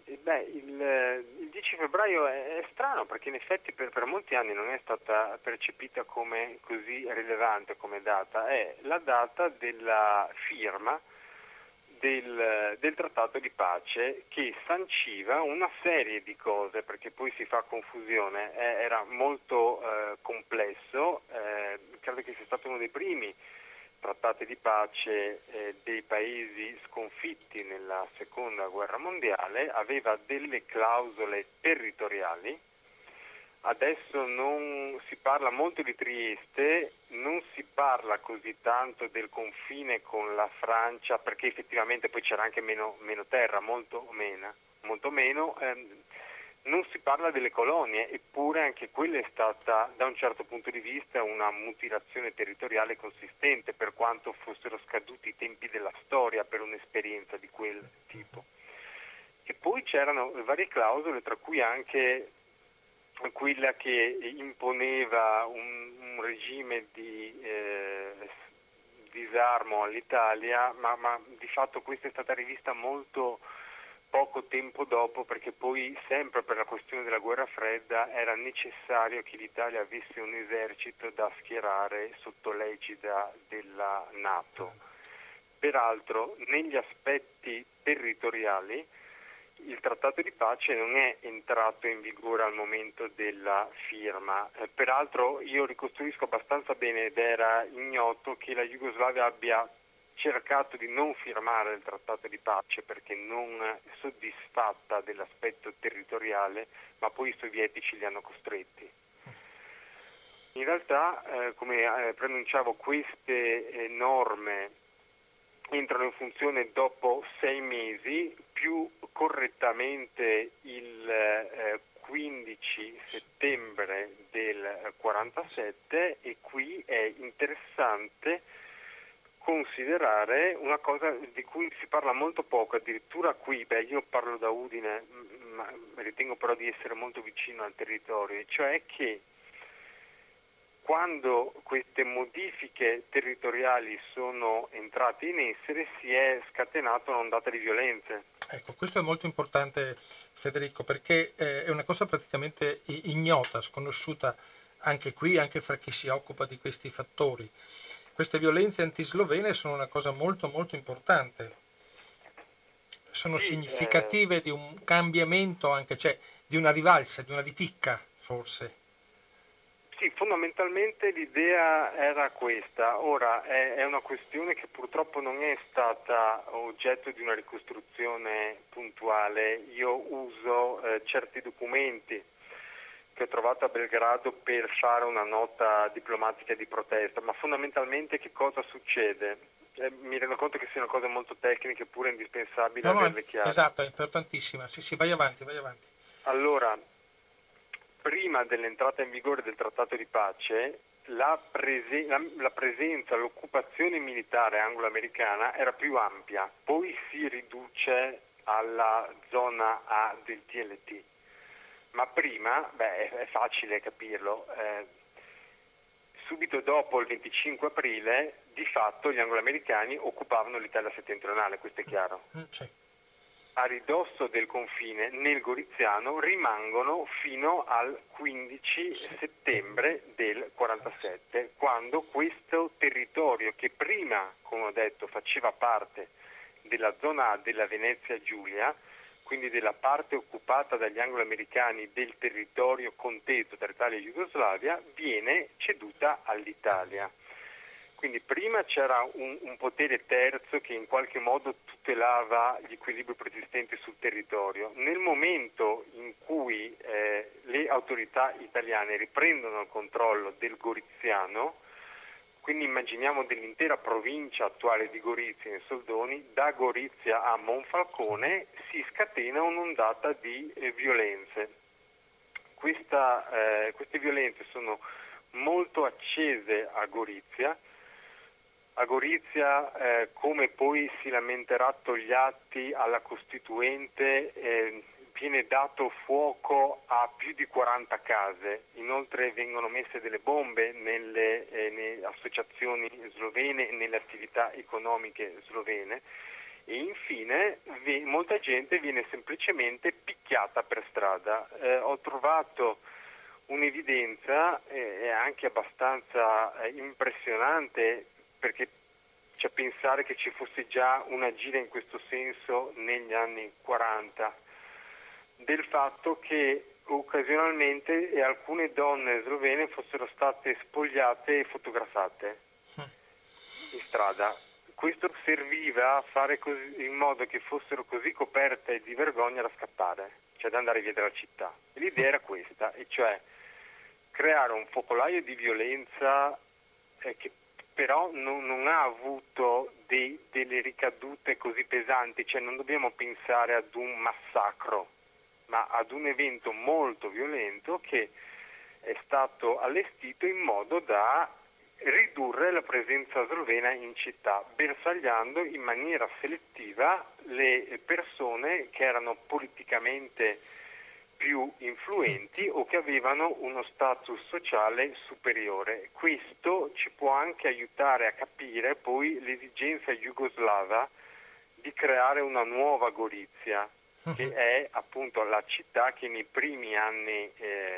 il 10 febbraio è strano, perché in effetti per molti anni non è stata percepita come così rilevante come data. È la data della firma del trattato di pace, che sanciva una serie di cose, perché poi si fa confusione. Era molto complesso, credo che sia stato uno dei primi trattati di pace dei paesi sconfitti nella seconda guerra mondiale, aveva delle clausole territoriali. Adesso non si parla molto di Trieste, non si parla così tanto del confine con la Francia, perché effettivamente poi c'era anche meno terra, molto meno. Non si parla delle colonie, eppure anche quella è stata, da un certo punto di vista, una mutilazione territoriale consistente, per quanto fossero scaduti i tempi della storia per un'esperienza di quel tipo. E poi c'erano varie clausole, tra cui anche quella che imponeva un regime di disarmo all'Italia, ma di fatto questa è stata rivista molto poco tempo dopo, perché poi, sempre per la questione della guerra fredda, era necessario che l'Italia avesse un esercito da schierare sotto l'egida della NATO. Peraltro, negli aspetti territoriali, il trattato di pace non è entrato in vigore al momento della firma. Peraltro io ricostruisco abbastanza bene, ed era ignoto che la Jugoslavia abbia cercato di non firmare il trattato di pace perché non soddisfatta dell'aspetto territoriale, ma poi i sovietici li hanno costretti. In realtà, come preannunciavo, queste norme entrano in funzione dopo 6 mesi, più correttamente il 15 settembre del 47, e qui è interessante considerare una cosa di cui si parla molto poco, addirittura qui, io parlo da Udine, ma ritengo però di essere molto vicino al territorio, cioè che quando queste modifiche territoriali sono entrate in essere si è scatenata un'ondata di violenze. Ecco, questo è molto importante, Federico, perché è una cosa praticamente ignota, sconosciuta anche qui, anche fra chi si occupa di questi fattori. Queste violenze antislovene sono una cosa molto molto importante, sono significative di un cambiamento anche, cioè di una rivalsa, di una ripicca forse. sì, fondamentalmente l'idea era questa. Ora è una questione che purtroppo non è stata oggetto di una ricostruzione puntuale. Io uso certi documenti che ho trovato a Belgrado per fare una nota diplomatica di protesta, ma fondamentalmente che cosa succede? Mi rendo conto che siano cose molto tecniche, eppure è indispensabile No, no, averle chiare. esatto, è importantissima. Sì, sì, vai avanti, vai avanti. Allora, prima dell'entrata in vigore del trattato di pace, la presenza, l'occupazione militare anglo-americana era più ampia, poi si riduce alla zona A del TLT. Ma prima, è facile capirlo, subito dopo il 25 aprile, di fatto gli anglo-americani occupavano l'Italia settentrionale, questo è chiaro. Sì. A ridosso del confine, nel Goriziano, rimangono fino al 15 settembre del 47, quando questo territorio, che prima, come ho detto, faceva parte della zona A della Venezia Giulia, quindi della parte occupata dagli anglo-americani del territorio conteso tra Italia e Jugoslavia, viene ceduta all'Italia. Quindi prima c'era un potere terzo che in qualche modo tutelava gli equilibri preesistenti sul territorio. Nel momento in cui le autorità italiane riprendono il controllo del Goriziano, quindi immaginiamo dell'intera provincia attuale di Gorizia in soldoni, da Gorizia a Monfalcone si scatena un'ondata di violenze. Queste violenze sono molto accese a Gorizia. A Gorizia, come poi si lamenterà Togliatti alla Costituente, viene dato fuoco a più di 40 case, inoltre vengono messe delle bombe nelle associazizioni slovene e nelle attività economiche slovene e infine molta gente viene semplicemente picchiata per strada. Ho trovato un'evidenza anche abbastanza impressionante, perché c'è pensare che ci fosse già una gira in questo senso negli anni 40, del fatto che occasionalmente alcune donne slovene fossero state spogliate e fotografate in strada. Questo serviva a fare così, in modo che fossero così coperte di vergogna da scappare, cioè da andare via dalla città. E l'idea era questa, e cioè creare un focolaio di violenza che però non ha avuto delle ricadute così pesanti, cioè non dobbiamo pensare ad un massacro, ma ad un evento molto violento che è stato allestito in modo da ridurre la presenza slovena in città, bersagliando in maniera selettiva le persone che erano politicamente più influenti o che avevano uno status sociale superiore. Questo ci può anche aiutare a capire poi l'esigenza jugoslava di creare una nuova Gorizia, che è appunto la città che nei primi anni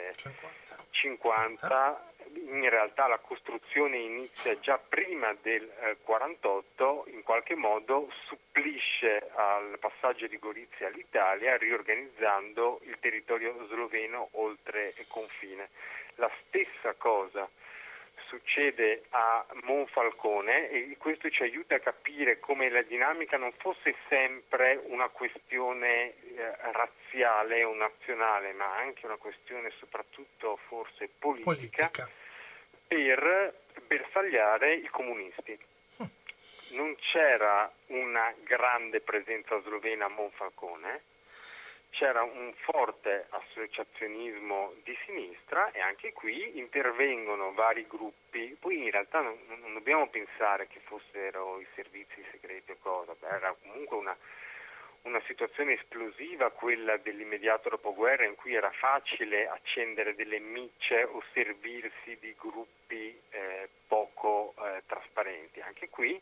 50, in realtà la costruzione inizia già prima del 48, in qualche modo supplisce al passaggio di Gorizia all'Italia, riorganizzando il territorio sloveno oltre confine. La stessa cosa succede a Monfalcone e questo ci aiuta a capire come la dinamica non fosse sempre una questione razziale o nazionale, ma anche una questione soprattutto forse politica. Per bersagliare i comunisti. Non c'era una grande presenza slovena a Monfalcone, c'era un forte associazionismo di sinistra e anche qui intervengono vari gruppi. Poi in realtà non dobbiamo pensare che fossero i servizi segreti o cosa, era comunque una situazione esplosiva quella dell'immediato dopoguerra, in cui era facile accendere delle micce o servirsi di gruppi poco trasparenti. Anche qui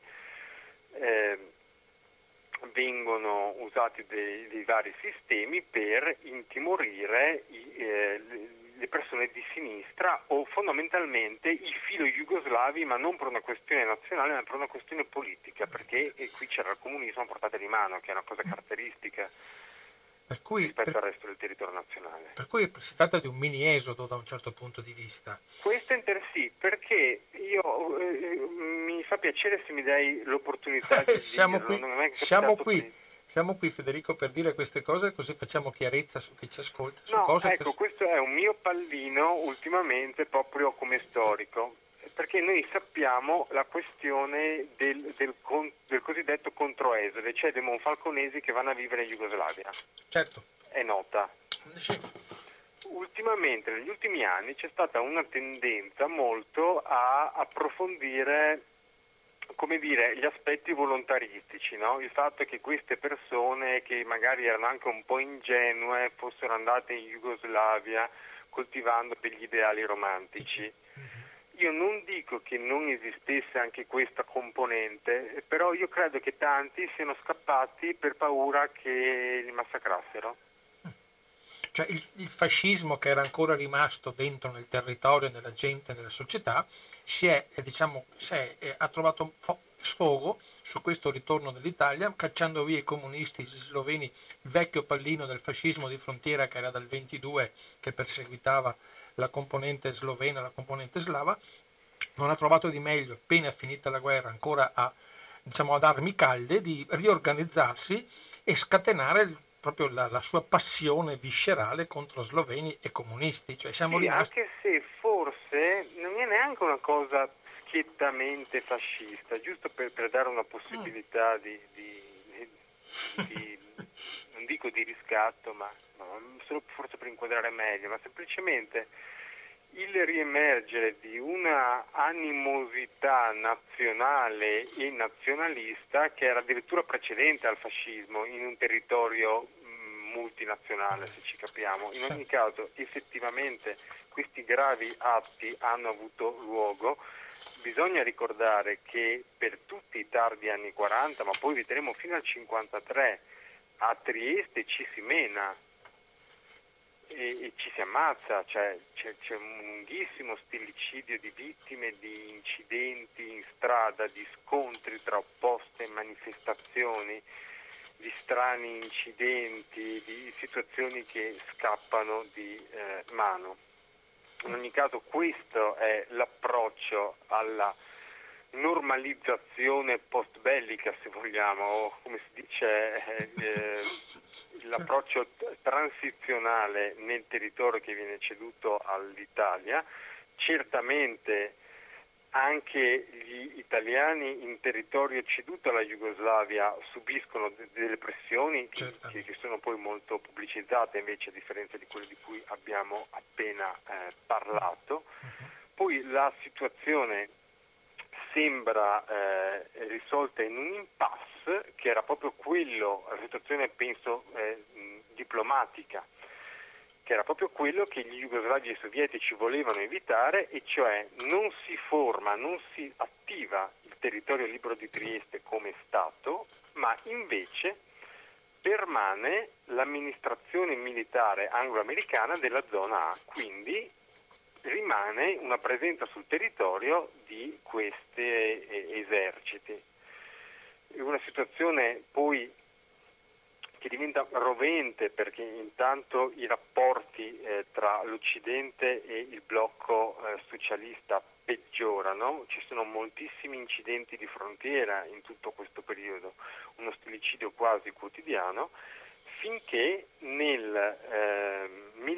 vengono usati dei vari sistemi per intimorire le persone di sinistra o fondamentalmente i filo-jugoslavi, ma non per una questione nazionale ma per una questione politica, perché qui c'era il comunismo a portata di mano, che è una cosa caratteristica Per cui, rispetto al resto del territorio nazionale. per cui si tratta di un mini esodo da un certo punto di vista. Questo è sì, perché io mi fa piacere se mi dai l'opportunità di Siamo dirlo, qui, non è siamo capitato qui, prima. siamo qui Federico per dire queste cose così facciamo chiarezza su chi ci ascolta, su No, cose che... ecco, questo è un mio pallino ultimamente proprio come storico, perché noi sappiamo la questione del cosiddetto controesode, cioè dei monfalconesi che vanno a vivere in Jugoslavia. Certo. È nota. Sì. Ultimamente, negli ultimi anni, c'è stata una tendenza molto a approfondire, come dire, gli aspetti volontaristici, no? Il fatto che queste persone, che magari erano anche un po' ingenue, fossero andate in Jugoslavia coltivando degli ideali romantici. Io non dico che non esistesse anche questa componente, però io credo che tanti siano scappati per paura che li massacrassero. Cioè il fascismo che era ancora rimasto dentro nel territorio, nella gente, nella società, ha trovato sfogo su questo ritorno dell'Italia, cacciando via i comunisti sloveni, il vecchio pallino del fascismo di frontiera che era dal 22 che perseguitava la componente slovena, la componente slava, non ha trovato di meglio, appena finita la guerra, ancora ad armi calde, di riorganizzarsi e scatenare proprio la sua passione viscerale contro sloveni e comunisti. Cioè siamo Sì, rimasti... anche se forse non è neanche una cosa schiettamente fascista, giusto per dare una possibilità non dico di riscatto, ma solo forse per inquadrare meglio, ma semplicemente il riemergere di una animosità nazionale e nazionalista che era addirittura precedente al fascismo in un territorio multinazionale, se ci capiamo. In ogni caso, effettivamente questi gravi atti hanno avuto luogo. Bisogna ricordare che per tutti i tardi anni 40, ma poi vedremo fino al 53, a Trieste ci si mena e ci si ammazza, cioè c'è un lunghissimo stillicidio di vittime, di incidenti in strada, di scontri tra opposte manifestazioni, di strani incidenti, di situazioni che scappano di mano. In ogni caso questo è l'approccio alla normalizzazione post-bellica, se vogliamo, o come si dice, l'approccio transizionale nel territorio che viene ceduto all'Italia. Certamente anche gli italiani in territorio ceduto alla Jugoslavia subiscono delle pressioni che sono poi molto pubblicizzate, invece, a differenza di quelle di cui abbiamo appena parlato. Poi la situazione sembra risolta in un impasse che era proprio la situazione penso diplomatica, che era proprio quello che gli jugoslavi e sovietici volevano evitare, e cioè non si attiva il territorio libero di Trieste come Stato, ma invece permane l'amministrazione militare anglo-americana della zona A, quindi rimane una presenza sul territorio di questi eserciti. Una situazione poi che diventa rovente, perché intanto i rapporti tra l'Occidente e il blocco socialista peggiorano, ci sono moltissimi incidenti di frontiera in tutto questo periodo, uno stillicidio quasi quotidiano, finché nel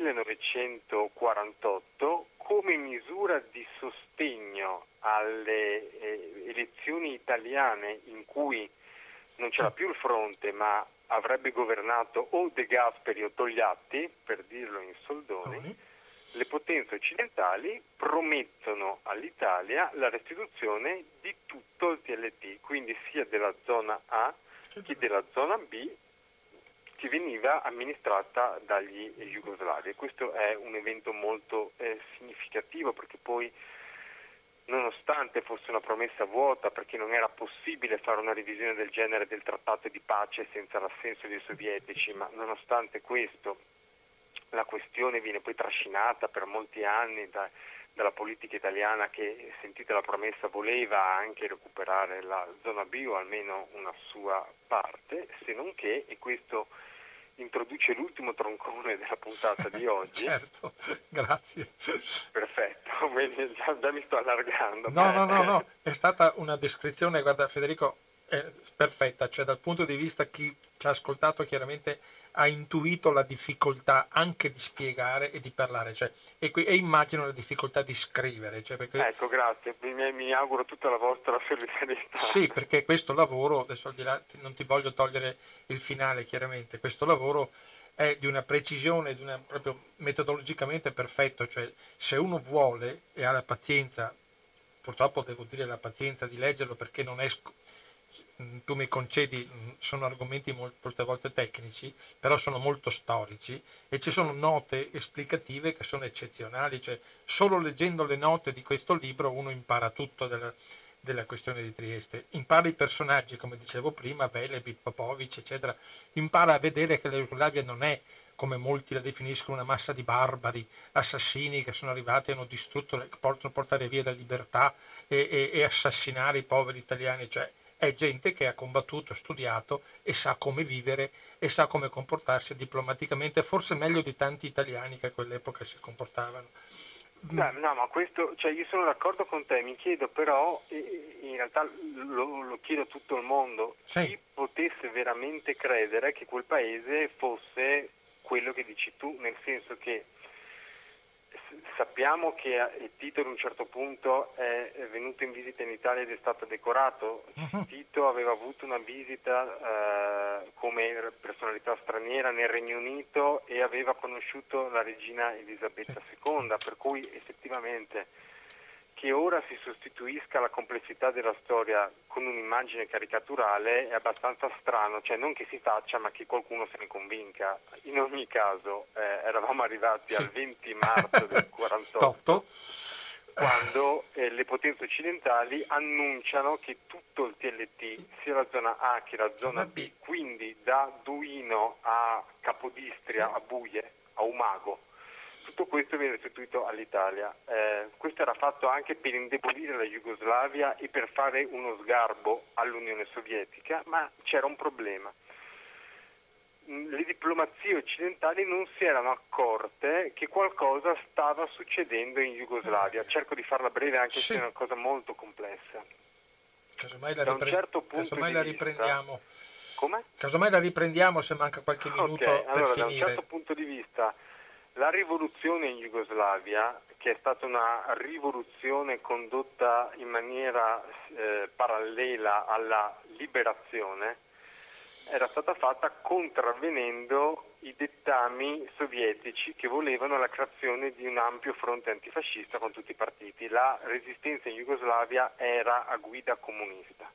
1948, come misura di sostegno alle elezioni italiane in cui non c'era più il fronte, ma avrebbe governato o De Gasperi o Togliatti, per dirlo in soldoni, le potenze occidentali promettono all'Italia la restituzione di tutto il TLT, quindi sia della zona A che della zona B, che veniva amministrata dagli jugoslavi. Questo è un evento molto significativo, perché poi, nonostante fosse una promessa vuota, perché non era possibile fare una revisione del genere del trattato di pace senza l'assenso dei sovietici, ma nonostante questo la questione viene poi trascinata per molti anni dalla politica italiana, che, sentita la promessa, voleva anche recuperare la zona B o almeno una sua parte, se non che, e questo introduce l'ultimo troncone della puntata di oggi. Certo, grazie. Perfetto, già mi sto allargando. No, è stata una descrizione, guarda Federico, perfetta, cioè dal punto di vista chi ci ha ascoltato chiaramente ha intuito la difficoltà anche di spiegare e di parlare, cioè, e immagino la difficoltà di scrivere. Cioè, perché, Ecco, grazie, mi auguro tutta la vostra solidarietà. sì, perché questo lavoro, adesso al di là, non ti voglio togliere il finale chiaramente, questo lavoro è di una precisione, proprio metodologicamente perfetto, cioè se uno vuole e ha la pazienza, purtroppo devo dire la pazienza di leggerlo perché non è, tu mi concedi, sono argomenti molte volte tecnici, però sono molto storici e ci sono note esplicative che sono eccezionali, cioè solo leggendo le note di questo libro uno impara tutto della questione di Trieste, impara i personaggi come dicevo prima, Velebit, Popovic eccetera, impara a vedere che la Jugoslavia non è come molti la definiscono una massa di barbari, assassini che sono arrivati e hanno distrutto, possono portare via la libertà e assassinare i poveri italiani, cioè è gente che ha combattuto, studiato e sa come vivere e sa come comportarsi diplomaticamente, forse meglio di tanti italiani che a quell'epoca si comportavano. No, ma questo, cioè io sono d'accordo con te, mi chiedo però, in realtà lo chiedo a tutto il mondo, Sì. chi potesse veramente credere che quel paese fosse quello che dici tu, nel senso che sappiamo che Tito ad un certo punto è venuto in visita in Italia ed è stato decorato. Tito aveva avuto una visita come personalità straniera nel Regno Unito e aveva conosciuto la regina Elisabetta II, per cui effettivamente che ora si sostituisca la complessità della storia con un'immagine caricaturale è abbastanza strano, cioè non che si faccia ma che qualcuno se ne convinca. In ogni caso eravamo arrivati al 20 marzo del 48 quando le potenze occidentali annunciano che tutto il TLT, sia la zona A che la zona B, quindi da Duino a Capodistria, a Buie, a Umago, tutto questo viene restituito all'Italia. Questo era fatto anche per indebolire la Jugoslavia e per fare uno sgarbo all'Unione Sovietica, ma c'era un problema. Le diplomazie occidentali non si erano accorte che qualcosa stava succedendo in Jugoslavia. Cerco di farla breve anche se è una cosa molto complessa. Casomai da un certo punto di la vista... riprendiamo. Come? Casomai la riprendiamo se manca qualche minuto per allora, finire. Da un certo punto di vista la rivoluzione in Jugoslavia, che è stata una rivoluzione condotta in maniera parallela alla liberazione, era stata fatta contravvenendo i dettami sovietici che volevano la creazione di un ampio fronte antifascista con tutti i partiti. La resistenza in Jugoslavia era a guida comunista.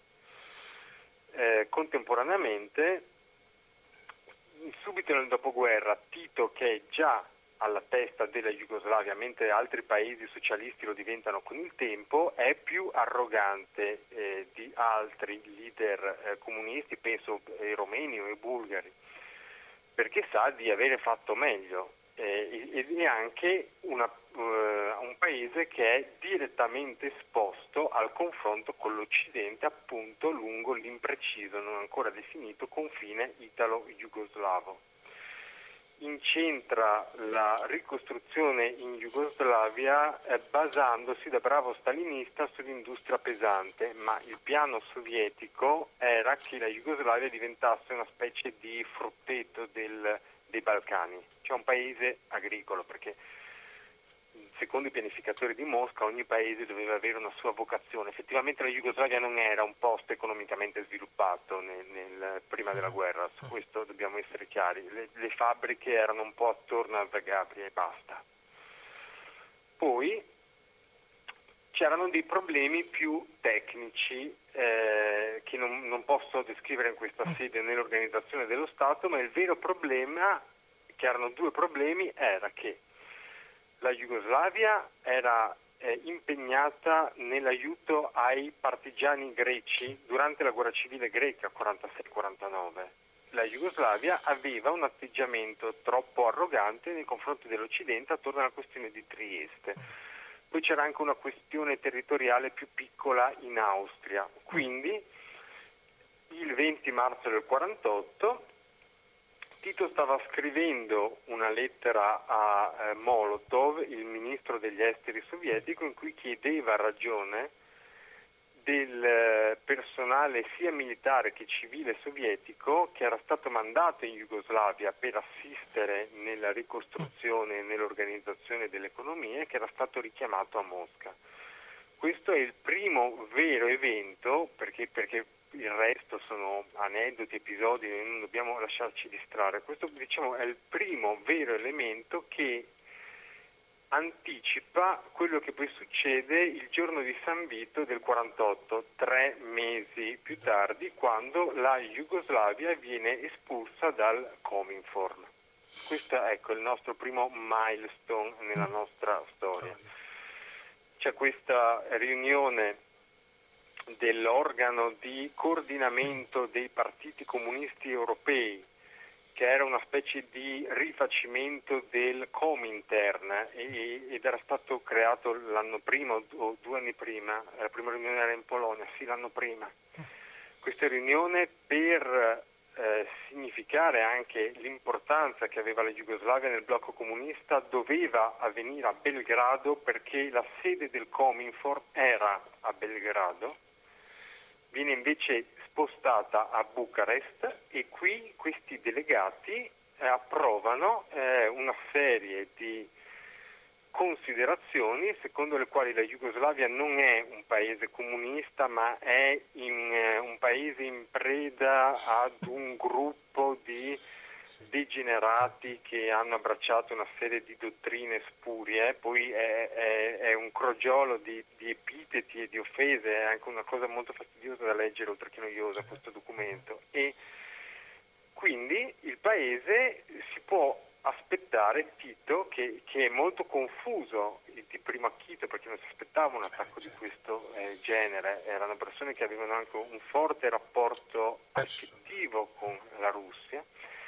Contemporaneamente, subito nel dopoguerra, Tito, che è già alla testa della Jugoslavia, mentre altri paesi socialisti lo diventano con il tempo, è più arrogante di altri leader comunisti, penso ai romeni o ai bulgari, perché sa di avere fatto meglio. È anche un paese che è direttamente esposto al confronto con l'Occidente, appunto lungo l'impreciso, non ancora definito, confine italo-jugoslavo. Incentra la ricostruzione in Jugoslavia basandosi da bravo stalinista sull'industria pesante, ma il piano sovietico era che la Jugoslavia diventasse una specie di frutteto dei Balcani, cioè un paese agricolo, perché secondo i pianificatori di Mosca ogni paese doveva avere una sua vocazione. Effettivamente la Jugoslavia non era un posto economicamente sviluppato prima della guerra, su questo dobbiamo essere chiari. Le fabbriche erano un po' attorno a Zagabria e basta. Poi c'erano dei problemi più tecnici che non posso descrivere in questa sede nell'organizzazione dello Stato, ma il vero problema, che erano due problemi, era che la Jugoslavia era impegnata nell'aiuto ai partigiani greci durante la guerra civile greca 46-49. La Jugoslavia aveva un atteggiamento troppo arrogante nei confronti dell'Occidente attorno alla questione di Trieste. Poi c'era anche una questione territoriale più piccola in Austria. Quindi il 20 marzo del 48 Tito stava scrivendo una lettera a Molotov, il ministro degli esteri sovietico, in cui chiedeva ragione del personale sia militare che civile sovietico che era stato mandato in Jugoslavia per assistere nella ricostruzione e nell'organizzazione dell'economia e che era stato richiamato a Mosca. Questo è il primo vero evento, perché il resto sono aneddoti, episodi, non dobbiamo lasciarci distrarre. Questo, diciamo, è il primo vero elemento che anticipa quello che poi succede il giorno di San Vito del 48, 3 mesi più tardi, quando la Jugoslavia viene espulsa dal Cominform. Questo è, ecco, il nostro primo milestone nella nostra storia. C'è questa riunione dell'organo di coordinamento dei partiti comunisti europei, che era una specie di rifacimento del Comintern ed era stato creato l'anno prima o 2 anni prima. La prima riunione era in Polonia, sì, l'anno prima. Questa riunione per significare anche l'importanza che aveva la Jugoslavia nel blocco comunista doveva avvenire a Belgrado, perché la sede del Cominform era a Belgrado, viene invece spostata a Bucarest e qui questi delegati approvano una serie di considerazioni secondo le quali la Jugoslavia non è un paese comunista, ma è un paese in preda ad un gruppo di degenerati che hanno abbracciato una serie di dottrine spurie. Poi è un crogiolo di epiteti e di offese, è anche una cosa molto fastidiosa da leggere oltre che noiosa questo documento, e quindi il paese si può aspettare Tito, che è molto confuso di primo acchito perché non si aspettava un attacco di questo genere. Erano persone che avevano anche un forte rapporto affettivo con la Russia.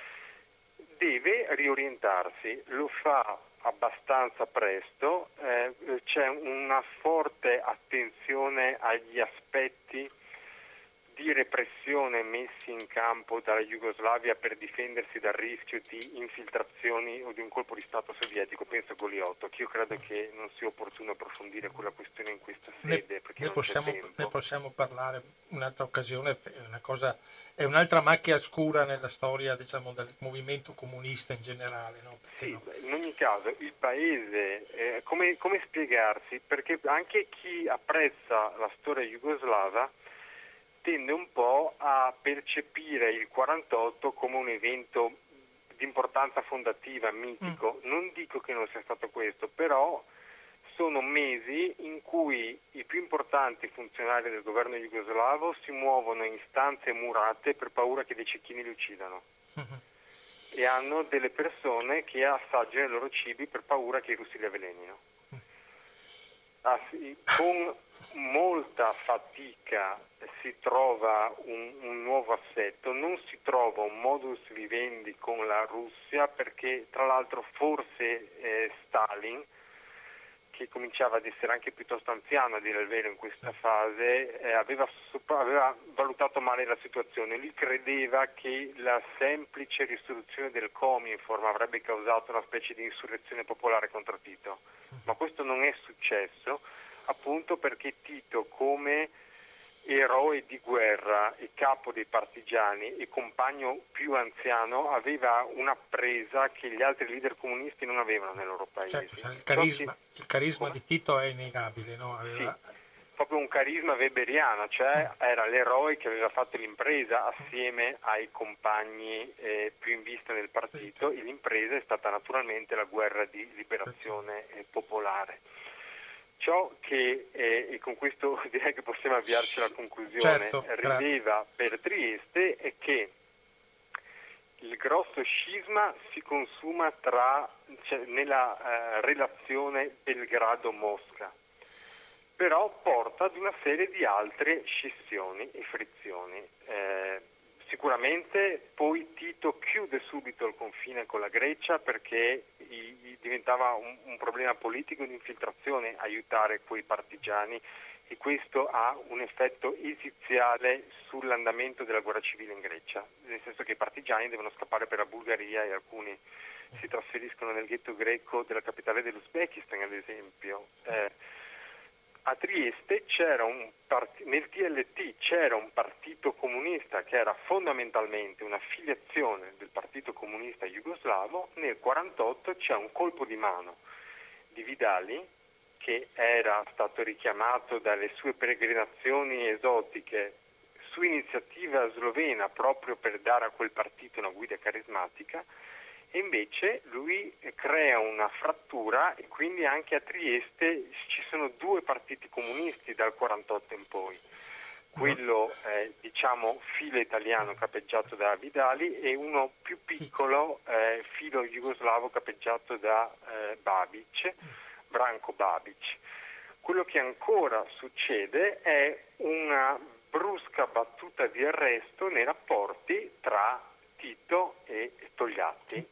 Deve riorientarsi, lo fa abbastanza presto, c'è una forte attenzione agli aspetti di repressione messi in campo dalla Jugoslavia per difendersi dal rischio di infiltrazioni o di un colpo di Stato sovietico, penso a Goliotto, che io credo che non sia opportuno approfondire quella questione in questa sede, perché non c'è tempo. Ne possiamo parlare un'altra occasione, è un'altra macchia scura nella storia, diciamo, del movimento comunista in generale, no? Sì, no? In ogni caso il paese, come spiegarsi? Perché anche chi apprezza la storia jugoslava tende un po' a percepire il 48 come un evento di importanza fondativa, mitico. Non dico che non sia stato questo, però sono mesi in cui i più importanti funzionari del governo jugoslavo si muovono in stanze murate per paura che dei cecchini li uccidano. E hanno delle persone che assaggiano i loro cibi per paura che i russi li avvelenino. Con molta fatica si trova un nuovo assetto, non si trova un modus vivendi con la Russia, perché tra l'altro forse Stalin, che cominciava ad essere anche piuttosto anziano a dire il vero in questa fase, aveva valutato male la situazione. Lui credeva che la semplice risoluzione del Cominform avrebbe causato una specie di insurrezione popolare contro Tito, ma questo non è successo, appunto perché Tito, come eroe di guerra e capo dei partigiani e compagno più anziano, aveva una presa che gli altri leader comunisti non avevano nei loro paesi. Certo, il carisma di Tito è innegabile, no? Aveva... Sì, proprio un carisma weberiano, cioè era l'eroe che aveva fatto l'impresa assieme ai compagni più in vista nel partito, e l'impresa è stata naturalmente la guerra di liberazione popolare. Ciò che, e con questo direi che possiamo avviarci alla conclusione, rideva per Trieste è che il grosso scisma si consuma nella relazione Belgrado-Mosca, però porta ad una serie di altre scissioni e frizioni. Sicuramente poi Tito chiude subito il confine con la Grecia perché diventava un problema politico di infiltrazione aiutare quei partigiani e questo ha un effetto esiziale sull'andamento della guerra civile in Grecia, nel senso che i partigiani devono scappare per la Bulgaria e alcuni si trasferiscono nel ghetto greco della capitale dell'Uzbekistan, ad esempio. A Trieste nel TLT c'era un partito comunista che era fondamentalmente un'affiliazione del partito comunista jugoslavo. Nel 1948 c'è un colpo di mano di Vidali, che era stato richiamato dalle sue peregrinazioni esotiche su iniziativa slovena proprio per dare a quel partito una guida carismatica, e invece lui crea una frattura e quindi anche a Trieste ci sono due partiti comunisti dal 48 in poi, quello diciamo filo italiano capeggiato da Vidali e uno più piccolo filo jugoslavo capeggiato da Branko Babic. Quello che ancora succede è una brusca battuta di arresto nei rapporti tra Tito e Togliatti.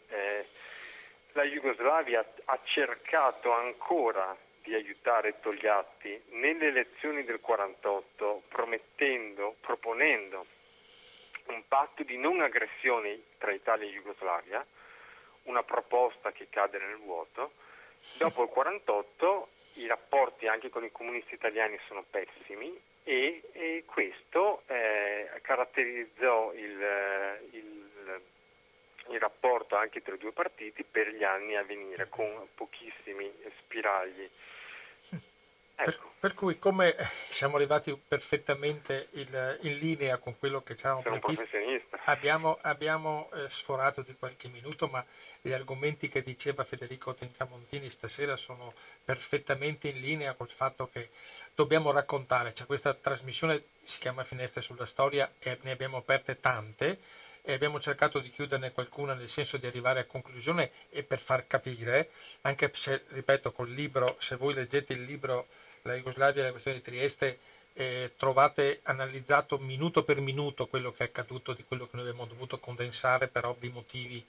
La Jugoslavia ha cercato ancora di aiutare Togliatti nelle elezioni del 48, proponendo un patto di non aggressione tra Italia e Jugoslavia, una proposta che cade nel vuoto. Dopo il 48 i rapporti anche con i comunisti italiani sono pessimi e questo caratterizzò il rapporto anche tra i due partiti per gli anni a venire, con pochissimi spiragli. Ecco. Per cui, come siamo arrivati perfettamente in linea con quello che ci avevamo previsto, abbiamo sforato di qualche minuto, ma gli argomenti che diceva Federico Tencamontini stasera sono perfettamente in linea col fatto che dobbiamo raccontare. Cioè, questa trasmissione si chiama Finestre sulla Storia e ne abbiamo aperte tante e abbiamo cercato di chiuderne qualcuna nel senso di arrivare a conclusione e per far capire, anche se, ripeto, col libro, se voi leggete il libro La Jugoslavia e la questione di Trieste, trovate analizzato minuto per minuto quello che è accaduto, di quello che noi abbiamo dovuto condensare per ovvi motivi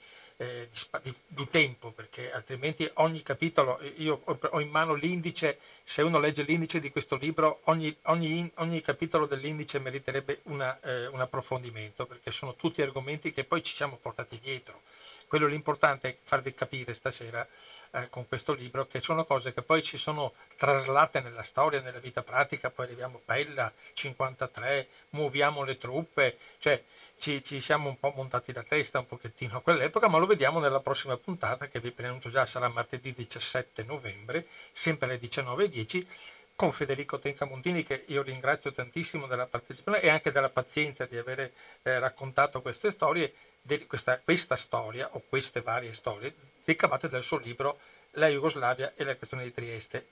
di tempo, perché altrimenti ogni capitolo, io ho in mano l'indice, se uno legge l'indice di questo libro, ogni capitolo dell'indice meriterebbe un approfondimento, perché sono tutti argomenti che poi ci siamo portati dietro. Quello l'importante è farvi capire stasera con questo libro che sono cose che poi ci sono traslate nella storia, nella vita pratica. Poi arriviamo a Pella, 53, muoviamo le truppe, cioè ci siamo un po' montati la testa un pochettino a quell'epoca, ma lo vediamo nella prossima puntata che vi preannuncio già, sarà martedì 17 novembre, sempre alle 19:10, con Federico Tencamontini, che io ringrazio tantissimo della partecipazione e anche della pazienza di aver raccontato queste storie, questa storia o queste varie storie ricavate dal suo libro La Jugoslavia e la questione di Trieste,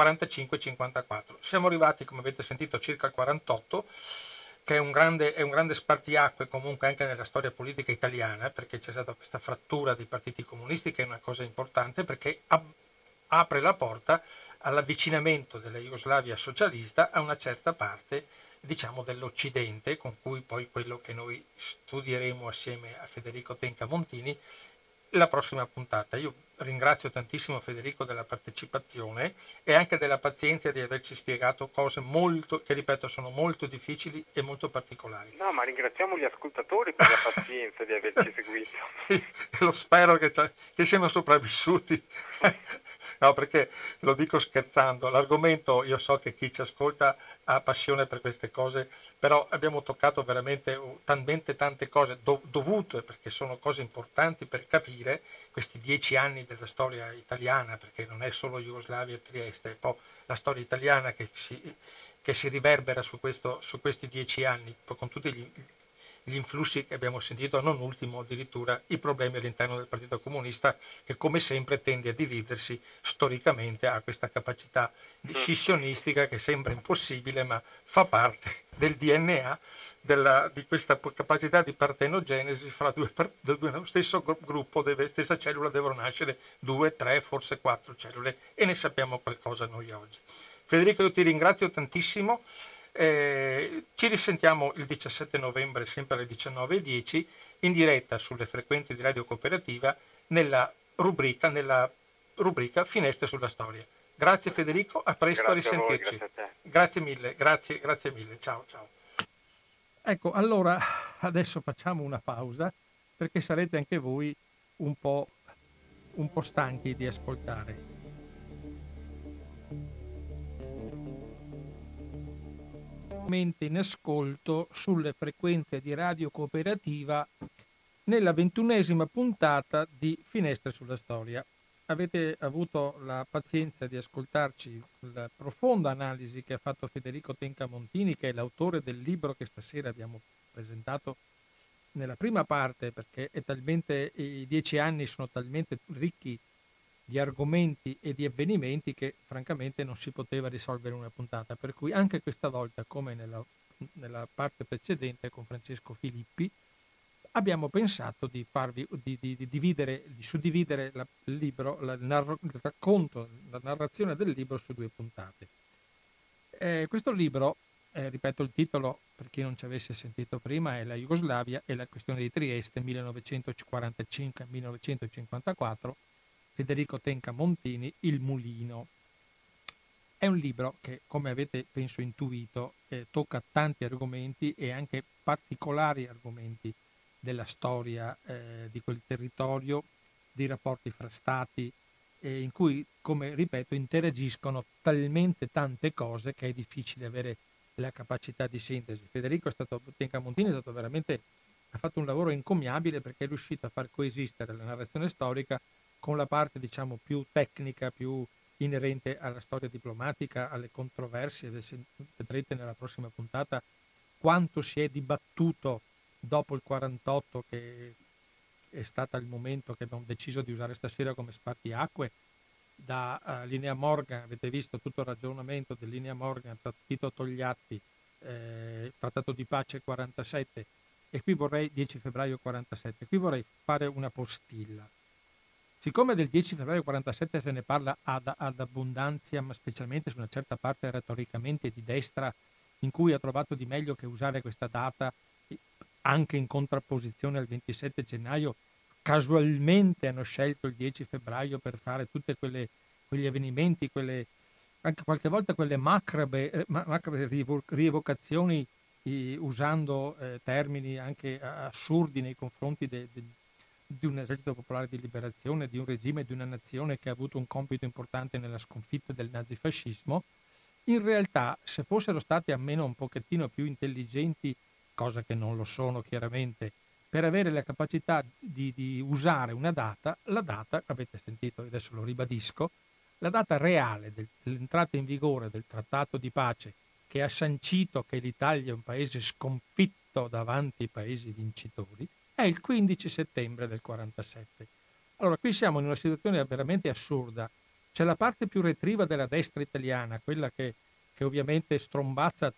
45-54. Siamo arrivati, come avete sentito, circa al 48, che è un grande spartiacque comunque anche nella storia politica italiana, perché c'è stata questa frattura dei partiti comunisti, che è una cosa importante, perché apre la porta all'avvicinamento della Jugoslavia socialista a una certa parte, diciamo, dell'Occidente, con cui poi quello che noi studieremo assieme a Federico Tencamontini la prossima puntata. Io ringrazio tantissimo Federico della partecipazione e anche della pazienza di averci spiegato cose molto, che ripeto, sono molto difficili e molto particolari. No, ma ringraziamo gli ascoltatori per la pazienza di averci seguito. Lo spero che siano sopravvissuti. No, perché lo dico scherzando, l'argomento, io so che chi ci ascolta ha passione per queste cose, però abbiamo toccato veramente talmente tante cose dovute, perché sono cose importanti per capire questi 10 anni della storia italiana, perché non è solo Jugoslavia e Trieste, è poi la storia italiana che si riverbera su questi 10 anni, con tutti gli influssi che abbiamo sentito, non ultimo addirittura i problemi all'interno del Partito Comunista, che come sempre tende a dividersi storicamente, ha questa capacità scissionistica che sembra impossibile, ma fa parte del DNA di questa capacità di partenogenesi fra lo stesso gruppo, stessa cellula devono nascere 2, 3, forse 4 cellule, e ne sappiamo qualcosa noi oggi. Federico, io ti ringrazio tantissimo. Ci risentiamo il 17 novembre sempre alle 19:10 in diretta sulle frequenze di Radio Cooperativa nella rubrica Finestre sulla Storia. Grazie Federico, a presto, a Grazie a voi, risentirci. grazie a te. Grazie mille, grazie mille, ciao ciao. Ecco, allora adesso facciamo una pausa perché sarete anche voi un po' stanchi di ascoltare. In ascolto sulle frequenze di Radio Cooperativa nella 21ª puntata di Finestre sulla Storia. Avete avuto la pazienza di ascoltarci la profonda analisi che ha fatto Federico Tenca Montini, che è l'autore del libro che stasera abbiamo presentato nella prima parte, perché i 10 anni sono talmente ricchi di argomenti e di avvenimenti che francamente non si poteva risolvere in una puntata, per cui anche questa volta, come nella parte precedente con Francesco Filippi, abbiamo pensato di suddividere il libro, il racconto, la narrazione del libro su 2 puntate. Questo libro, ripeto il titolo per chi non ci avesse sentito prima, è La Jugoslavia e la questione di Trieste 1945-1954, Federico Tenca Montini, Il Mulino. È un libro che, come avete penso intuito, tocca tanti argomenti e anche particolari argomenti della storia di quel territorio, di rapporti fra stati, in cui, come ripeto, interagiscono talmente tante cose che è difficile avere la capacità di sintesi. Federico Tenca Montini ha fatto un lavoro encomiabile perché è riuscito a far coesistere la narrazione storica con la parte, diciamo, più tecnica, più inerente alla storia diplomatica, alle controversie. Vedrete nella prossima puntata quanto si è dibattuto dopo il 48, che è stato il momento che abbiamo deciso di usare stasera come spartiacque, da Linea Morgan. Avete visto tutto il ragionamento di Linea Morgan, Tito Togliatti, Trattato di pace 47, e qui 10 febbraio 47, qui vorrei fare una postilla. Siccome del 10 febbraio 47 se ne parla ad abbondanza, ma specialmente su una certa parte retoricamente di destra, in cui ha trovato di meglio che usare questa data anche in contrapposizione al 27 gennaio, casualmente hanno scelto il 10 febbraio per fare tutti quegli avvenimenti, anche qualche volta quelle macabre rievocazioni, usando termini anche assurdi nei confronti di un esercito popolare di liberazione, di un regime, di una nazione che ha avuto un compito importante nella sconfitta del nazifascismo. In realtà, se fossero stati almeno un pochettino più intelligenti, cosa che non lo sono chiaramente, per avere la capacità di usare una data, la data, avete sentito, adesso lo ribadisco, la data reale dell'entrata in vigore del trattato di pace che ha sancito che l'Italia è un paese sconfitto davanti ai paesi vincitori, è il 15 settembre del 47. Allora, qui siamo in una situazione veramente assurda. C'è la parte più retriva della destra italiana, quella che ovviamente strombazza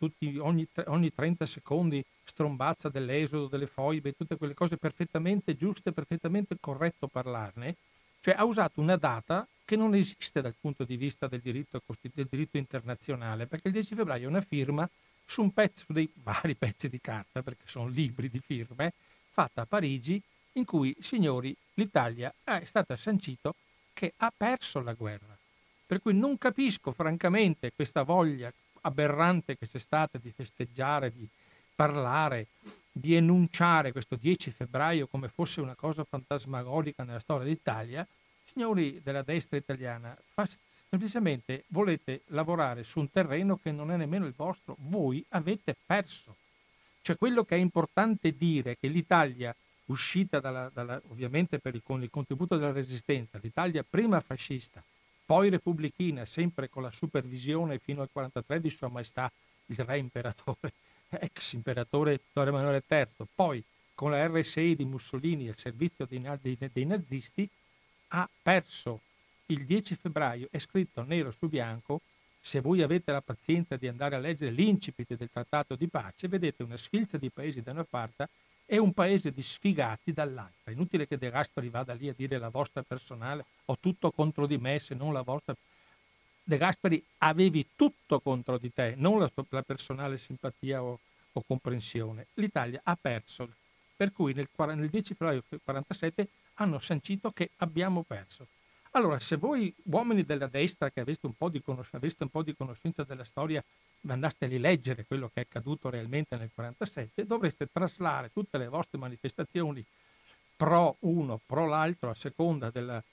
ogni 30 secondi, strombazza dell'esodo, delle foibe, tutte quelle cose perfettamente giuste, perfettamente corretto parlarne, cioè ha usato una data che non esiste dal punto di vista del diritto internazionale, perché il 10 febbraio è una firma su dei vari pezzi di carta, perché sono libri di firme, fatta a Parigi, in cui, signori, l'Italia è stata sancito che ha perso la guerra. Per cui non capisco francamente questa voglia aberrante che c'è stata di festeggiare, di parlare, di enunciare questo 10 febbraio come fosse una cosa fantasmagorica nella storia d'Italia. Signori della destra italiana, semplicemente volete lavorare su un terreno che non è nemmeno il vostro. Voi avete perso. Cioè, quello che è importante dire è che l'Italia, uscita ovviamente con il contributo della Resistenza, l'Italia prima fascista, poi repubblichina, sempre con la supervisione fino al 43 di Sua Maestà il Re Imperatore, ex Imperatore Vittorio Emanuele III, poi con la RSI di Mussolini al servizio dei nazisti, ha perso. Il 10 febbraio è scritto nero su bianco. Se voi avete la pazienza di andare a leggere l'incipit del trattato di pace, vedete una sfilza di paesi da una parte e un paese di sfigati dall'altra. Inutile che De Gasperi vada lì a dire la vostra personale, ho tutto contro di me se non la vostra. De Gasperi, avevi tutto contro di te, non la personale simpatia o comprensione. L'Italia ha perso, per cui nel 10 febbraio 1947 hanno sancito che abbiamo perso. Allora, se voi uomini della destra che aveste aveste un po' di conoscenza della storia, andaste a rileggere quello che è accaduto realmente nel 47, dovreste traslare tutte le vostre manifestazioni pro uno, pro l'altro, a seconda della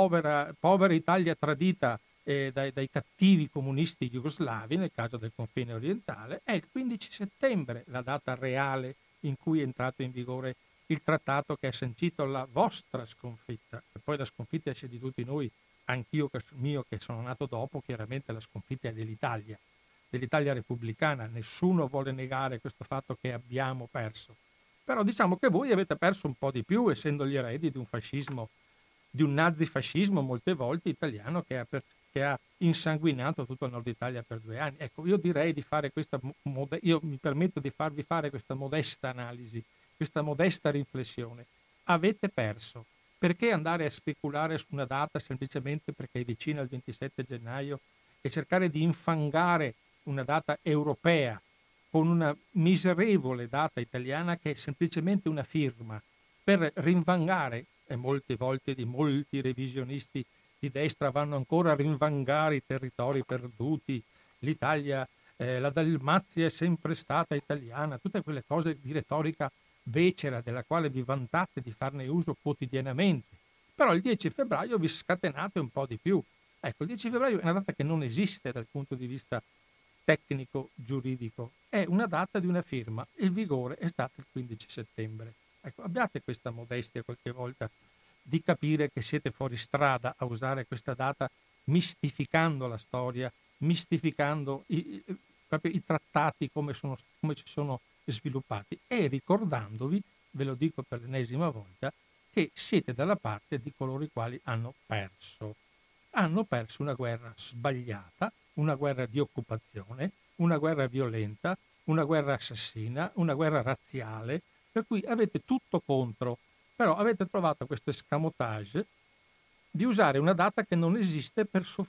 povera Italia tradita dai cattivi comunisti jugoslavi, nel caso del confine orientale, è il 15 settembre la data reale in cui è entrato in vigore il trattato che ha sancito la vostra sconfitta, e poi la sconfitta c'è di tutti noi, anch'io che sono nato dopo, chiaramente la sconfitta è dell'Italia repubblicana, nessuno vuole negare questo fatto che abbiamo perso, però diciamo che voi avete perso un po' di più, essendo gli eredi di un fascismo, di un nazifascismo molte volte italiano che ha insanguinato tutto il nord Italia per 2 anni. Ecco, io direi di fare io mi permetto di farvi fare questa modesta analisi, questa modesta riflessione. Avete perso. Perché andare a speculare su una data semplicemente perché è vicina al 27 gennaio e cercare di infangare una data europea con una miserevole data italiana che è semplicemente una firma per rinvangare, e molte volte di molti revisionisti di destra vanno ancora a rinvangare i territori perduti, l'Italia, la Dalmazia è sempre stata italiana, tutte quelle cose di retorica becera della quale vi vantate di farne uso quotidianamente. Però il 10 febbraio vi scatenate un po' di più. Ecco, il 10 febbraio è una data che non esiste dal punto di vista tecnico giuridico, è una data di una firma, il vigore è stato il 15 settembre. Ecco, abbiate questa modestia qualche volta di capire che siete fuori strada a usare questa data mistificando la storia, mistificando proprio i trattati come ci sono sviluppati e ricordandovi, ve lo dico per l'ennesima volta, che siete dalla parte di coloro i quali hanno perso. Hanno perso una guerra sbagliata, una guerra di occupazione, una guerra violenta, una guerra assassina, una guerra razziale, per cui avete tutto contro, però avete trovato questo escamotage di usare una data che non esiste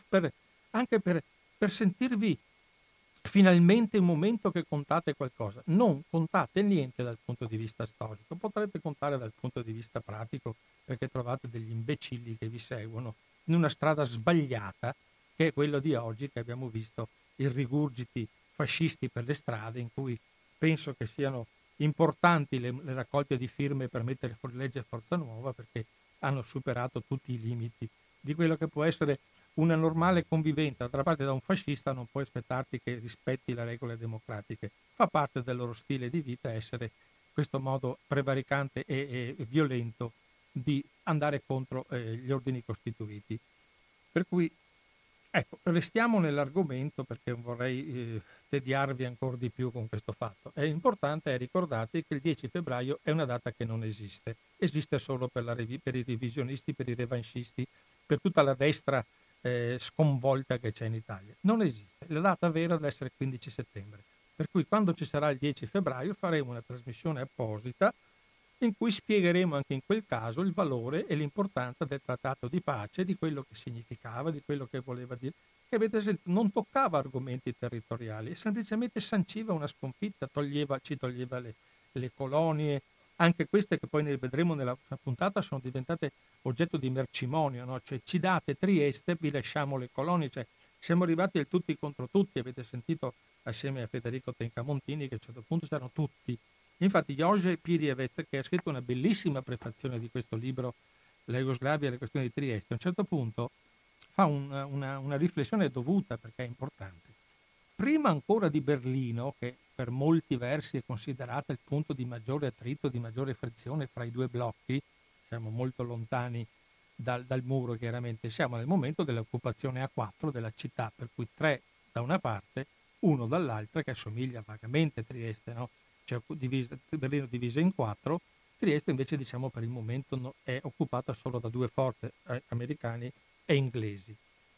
anche per sentirvi finalmente un momento che contate qualcosa. Non contate niente dal punto di vista storico, potrete contare dal punto di vista pratico perché trovate degli imbecilli che vi seguono in una strada sbagliata che è quello di oggi, che abbiamo visto i rigurgiti fascisti per le strade, in cui penso che siano importanti le raccolte di firme per mettere fuori legge Forza Nuova, perché hanno superato tutti i limiti di quello che può essere una normale convivenza. D'altra parte, da un fascista non puoi aspettarti che rispetti le regole democratiche. Fa parte del loro stile di vita essere questo modo prevaricante e violento di andare contro gli ordini costituiti. Per cui, ecco, restiamo nell'argomento perché non vorrei tediarvi ancora di più con questo fatto. È importante ricordate che il 10 febbraio è una data che non esiste. Esiste solo per i revisionisti, per i revanscisti, per tutta la destra sconvolta che c'è in Italia. Non esiste. La data vera deve essere il 15 settembre. Per cui quando ci sarà il 10 febbraio faremo una trasmissione apposita in cui spiegheremo anche in quel caso il valore e l'importanza del trattato di pace, di quello che significava, di quello che voleva dire, che avete sentito, non toccava argomenti territoriali, semplicemente sanciva una sconfitta, ci toglieva le colonie, anche queste che poi ne vedremo nella puntata sono diventate oggetto di mercimonio, no? Cioè ci date Trieste, vi lasciamo le colonie, cioè siamo arrivati al tutti contro tutti, avete sentito assieme a Federico Tencamontini che a un certo punto c'erano tutti. Infatti Jože Pirjevec, che ha scritto una bellissima prefazione di questo libro, La Jugoslavia e le questioni di Trieste, a un certo punto fa una riflessione dovuta perché è importante. Prima ancora di Berlino, che per molti versi è considerata il punto di maggiore attrito, di maggiore frizione fra i due blocchi, siamo molto lontani dal muro chiaramente, siamo nel momento dell'occupazione a 4 della città, per cui 3 da una parte, 1 dall'altra, che assomiglia vagamente a Trieste, no? Cioè Berlino divisa in 4, Trieste invece diciamo per il momento è occupata solo da 2 forze americane e inglesi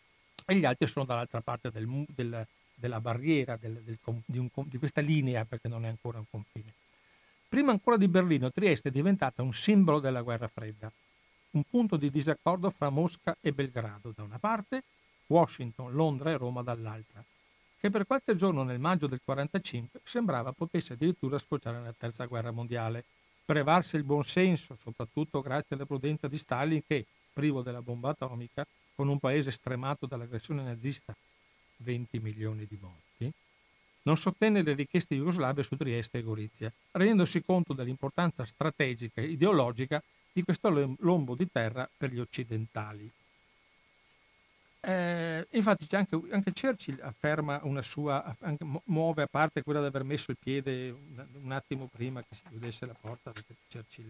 e gli altri sono dall'altra parte della barriera di questa linea perché non è ancora un confine. Prima ancora di Berlino, Trieste è diventata un simbolo della guerra fredda, un punto di disaccordo fra Mosca e Belgrado da una parte, Washington, Londra e Roma dall'altra, che per qualche giorno nel maggio del 1945 sembrava potesse addirittura sfociare nella terza guerra mondiale. Prevalse il buonsenso, soprattutto grazie alla prudenza di Stalin che, privo della bomba atomica, con un paese stremato dall'aggressione nazista, 20 milioni di morti, non sottenne le richieste jugoslave su Trieste e Gorizia, rendendosi conto dell'importanza strategica e ideologica di questo lombo di terra per gli occidentali. Infatti c'è anche Churchill afferma una sua, muove, a parte quella di aver messo il piede un attimo prima che si chiudesse la porta, perché Churchill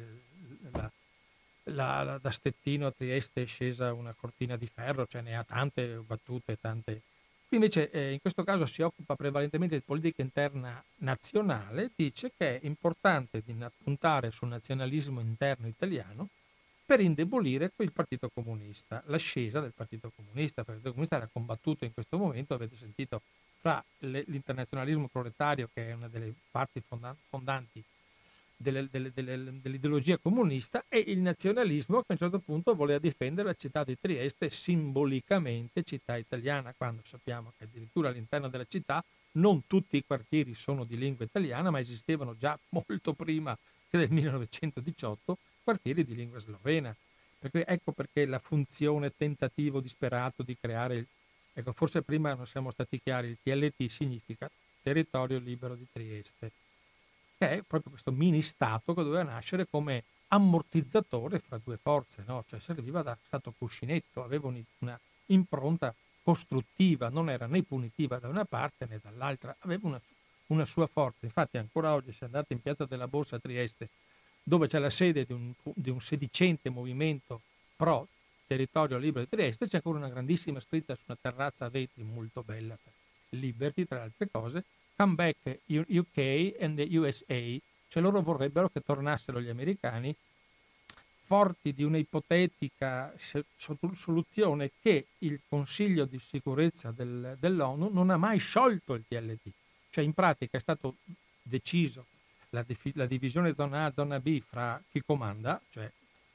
da Stettino a Trieste è scesa una cortina di ferro, cioè ne ha tante battute, tante. Qui invece in questo caso si occupa prevalentemente di politica interna nazionale, dice che è importante di puntare sul nazionalismo interno italiano per indebolire il Partito Comunista, l'ascesa del Partito Comunista. Il Partito Comunista era combattuto in questo momento, avete sentito, fra l'internazionalismo proletario, che è una delle parti fondanti dell'ideologia comunista, e il nazionalismo che a un certo punto voleva difendere la città di Trieste, simbolicamente città italiana, quando sappiamo che addirittura all'interno della città non tutti i quartieri sono di lingua italiana, ma esistevano già molto prima che del 1918 quartieri di lingua slovena. Ecco perché la funzione, tentativo disperato di creare, forse prima non siamo stati chiari, il TLT significa Territorio Libero di Trieste, che è proprio questo mini-stato che doveva nascere come ammortizzatore fra due forze, no? Cioè serviva da stato cuscinetto, aveva una impronta costruttiva, non era né punitiva da una parte né dall'altra, aveva una sua forza. Infatti ancora oggi, se andate in Piazza della Borsa a Trieste, dove c'è la sede di un sedicente movimento pro Territorio Libero di Trieste, c'è ancora una grandissima scritta su una terrazza a vetri molto bella per Liberty, tra le altre cose, Come back UK and the USA, cioè loro vorrebbero che tornassero gli americani, forti di una ipotetica soluzione che il Consiglio di sicurezza dell'ONU non ha mai sciolto il TLT. Cioè in pratica è stato deciso la divisione zona A, zona B fra chi comanda, cioè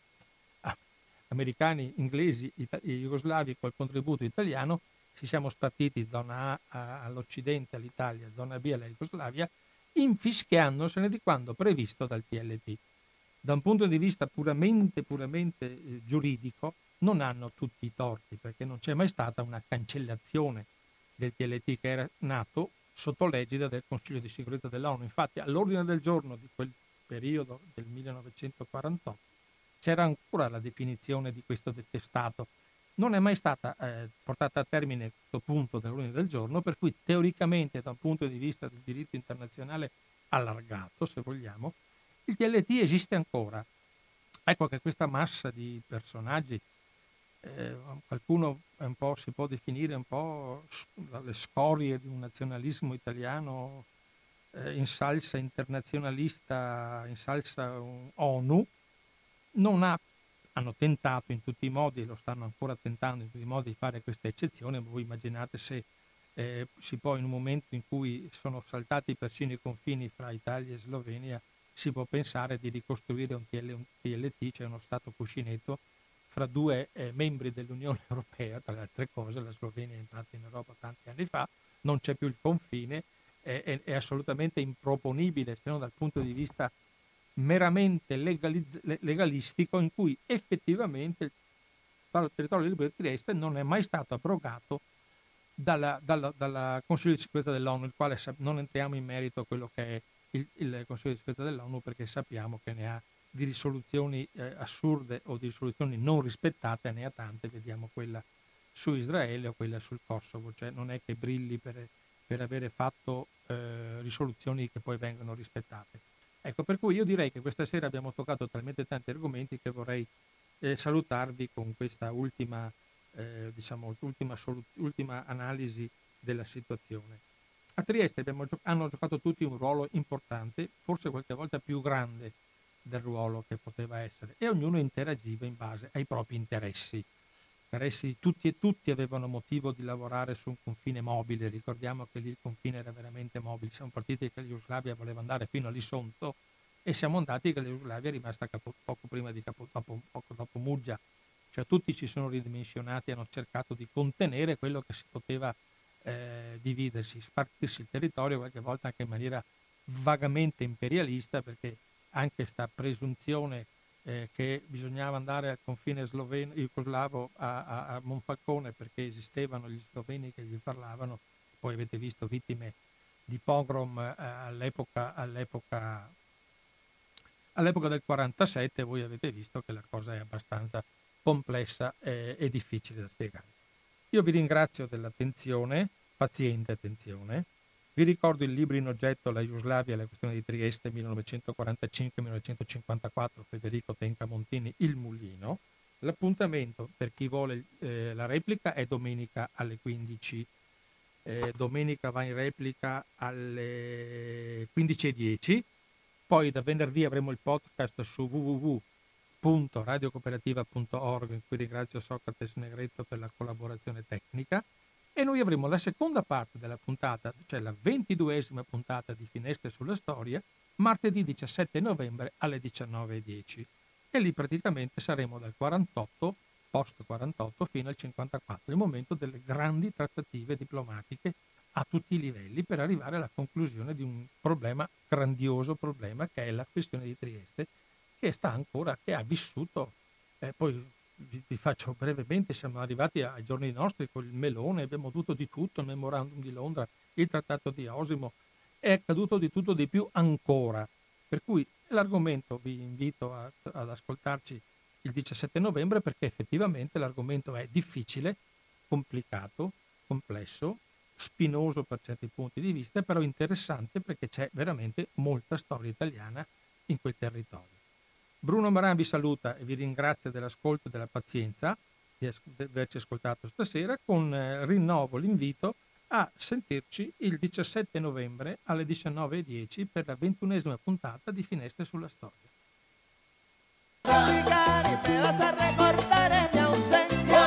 americani, inglesi, jugoslavi col contributo italiano. Ci siamo spartiti zona A all'Occidente, all'Italia, zona B alla Jugoslavia, infischiandosene di quanto previsto dal TLT. Da un punto di vista puramente giuridico non hanno tutti i torti, perché non c'è mai stata una cancellazione del TLT, che era nato sotto l'egida del Consiglio di sicurezza dell'ONU. Infatti all'ordine del giorno di quel periodo del 1948 c'era ancora la definizione di questo detestato. Non è mai stata portata a termine questo punto dell'ordine del giorno, per cui teoricamente, da un punto di vista del diritto internazionale allargato, se vogliamo, il TLT esiste ancora. Ecco che questa massa di personaggi, qualcuno un po' si può definire un po' le scorie di un nazionalismo italiano in salsa internazionalista, in salsa ONU, hanno tentato in tutti i modi, e lo stanno ancora tentando in tutti i modi, di fare questa eccezione. Voi immaginate se si può, in un momento in cui sono saltati persino i confini fra Italia e Slovenia, si può pensare di ricostruire un TLT, cioè uno stato cuscinetto, fra due membri dell'Unione Europea. Tra le altre cose, la Slovenia è entrata in Europa tanti anni fa, non c'è più il confine, è assolutamente improponibile, se non dal punto di vista meramente legalistico, in cui effettivamente il Territorio Libero di Trieste non è mai stato abrogato dalla Consiglio di sicurezza dell'ONU, il quale non entriamo in merito a quello che è il Consiglio di sicurezza dell'ONU, perché sappiamo che ne ha di risoluzioni assurde o di risoluzioni non rispettate, ne ha tante. Vediamo quella su Israele o quella sul Kosovo, cioè non è che brilli per avere fatto risoluzioni che poi vengono rispettate. Ecco, per cui io direi che questa sera abbiamo toccato talmente tanti argomenti che vorrei salutarvi con questa ultima analisi della situazione. A Trieste hanno giocato tutti un ruolo importante, forse qualche volta più grande del ruolo che poteva essere, e ognuno interagiva in base ai propri interessi. Tutti avevano motivo di lavorare su un confine mobile. Ricordiamo che lì il confine era veramente mobile. Siamo partiti che la Jugoslavia voleva andare fino a Lisonto e siamo andati che la Jugoslavia è rimasta poco dopo Muggia. Cioè tutti si sono ridimensionati e hanno cercato di contenere quello che si poteva dividersi, spartirsi il territorio, qualche volta anche in maniera vagamente imperialista, perché anche sta presunzione che bisognava andare al confine jugoslavo a Monfalcone perché esistevano gli sloveni che gli parlavano. Poi avete visto vittime di pogrom all'epoca del 47, voi avete visto che la cosa è abbastanza complessa e difficile da spiegare. Io vi ringrazio dell'attenzione, paziente attenzione. Vi ricordo il libro in oggetto La Jugoslavia e la questione di Trieste 1945-1954, Federico Tenca Montini, Il Mulino. L'appuntamento per chi vuole la replica è domenica alle 15. Domenica va in replica alle 15:10. Poi da venerdì avremo il podcast su www.radiocooperativa.org, in cui ringrazio Socrate Negretto per la collaborazione tecnica. E noi avremo la seconda parte della puntata, cioè la 22esima puntata di Finestre sulla Storia, martedì 17 novembre alle 19:10. E lì praticamente saremo dal 48, post 48, fino al 54, il momento delle grandi trattative diplomatiche a tutti i livelli per arrivare alla conclusione di un grandioso problema che è la questione di Trieste, che ha vissuto, poi vi faccio brevemente, siamo arrivati ai giorni nostri con il melone, abbiamo avuto di tutto, il memorandum di Londra, il trattato di Osimo, è accaduto di tutto di più ancora, per cui l'argomento vi invito ad ascoltarci il 17 novembre perché effettivamente l'argomento è difficile, complicato, complesso, spinoso per certi punti di vista, però interessante perché c'è veramente molta storia italiana in quel territorio. Bruno Maran vi saluta e vi ringrazia dell'ascolto e della pazienza di averci ascoltato stasera, rinnovo l'invito a sentirci il 17 novembre alle 19:10 per la 21esima puntata di Finestre sulla Storia.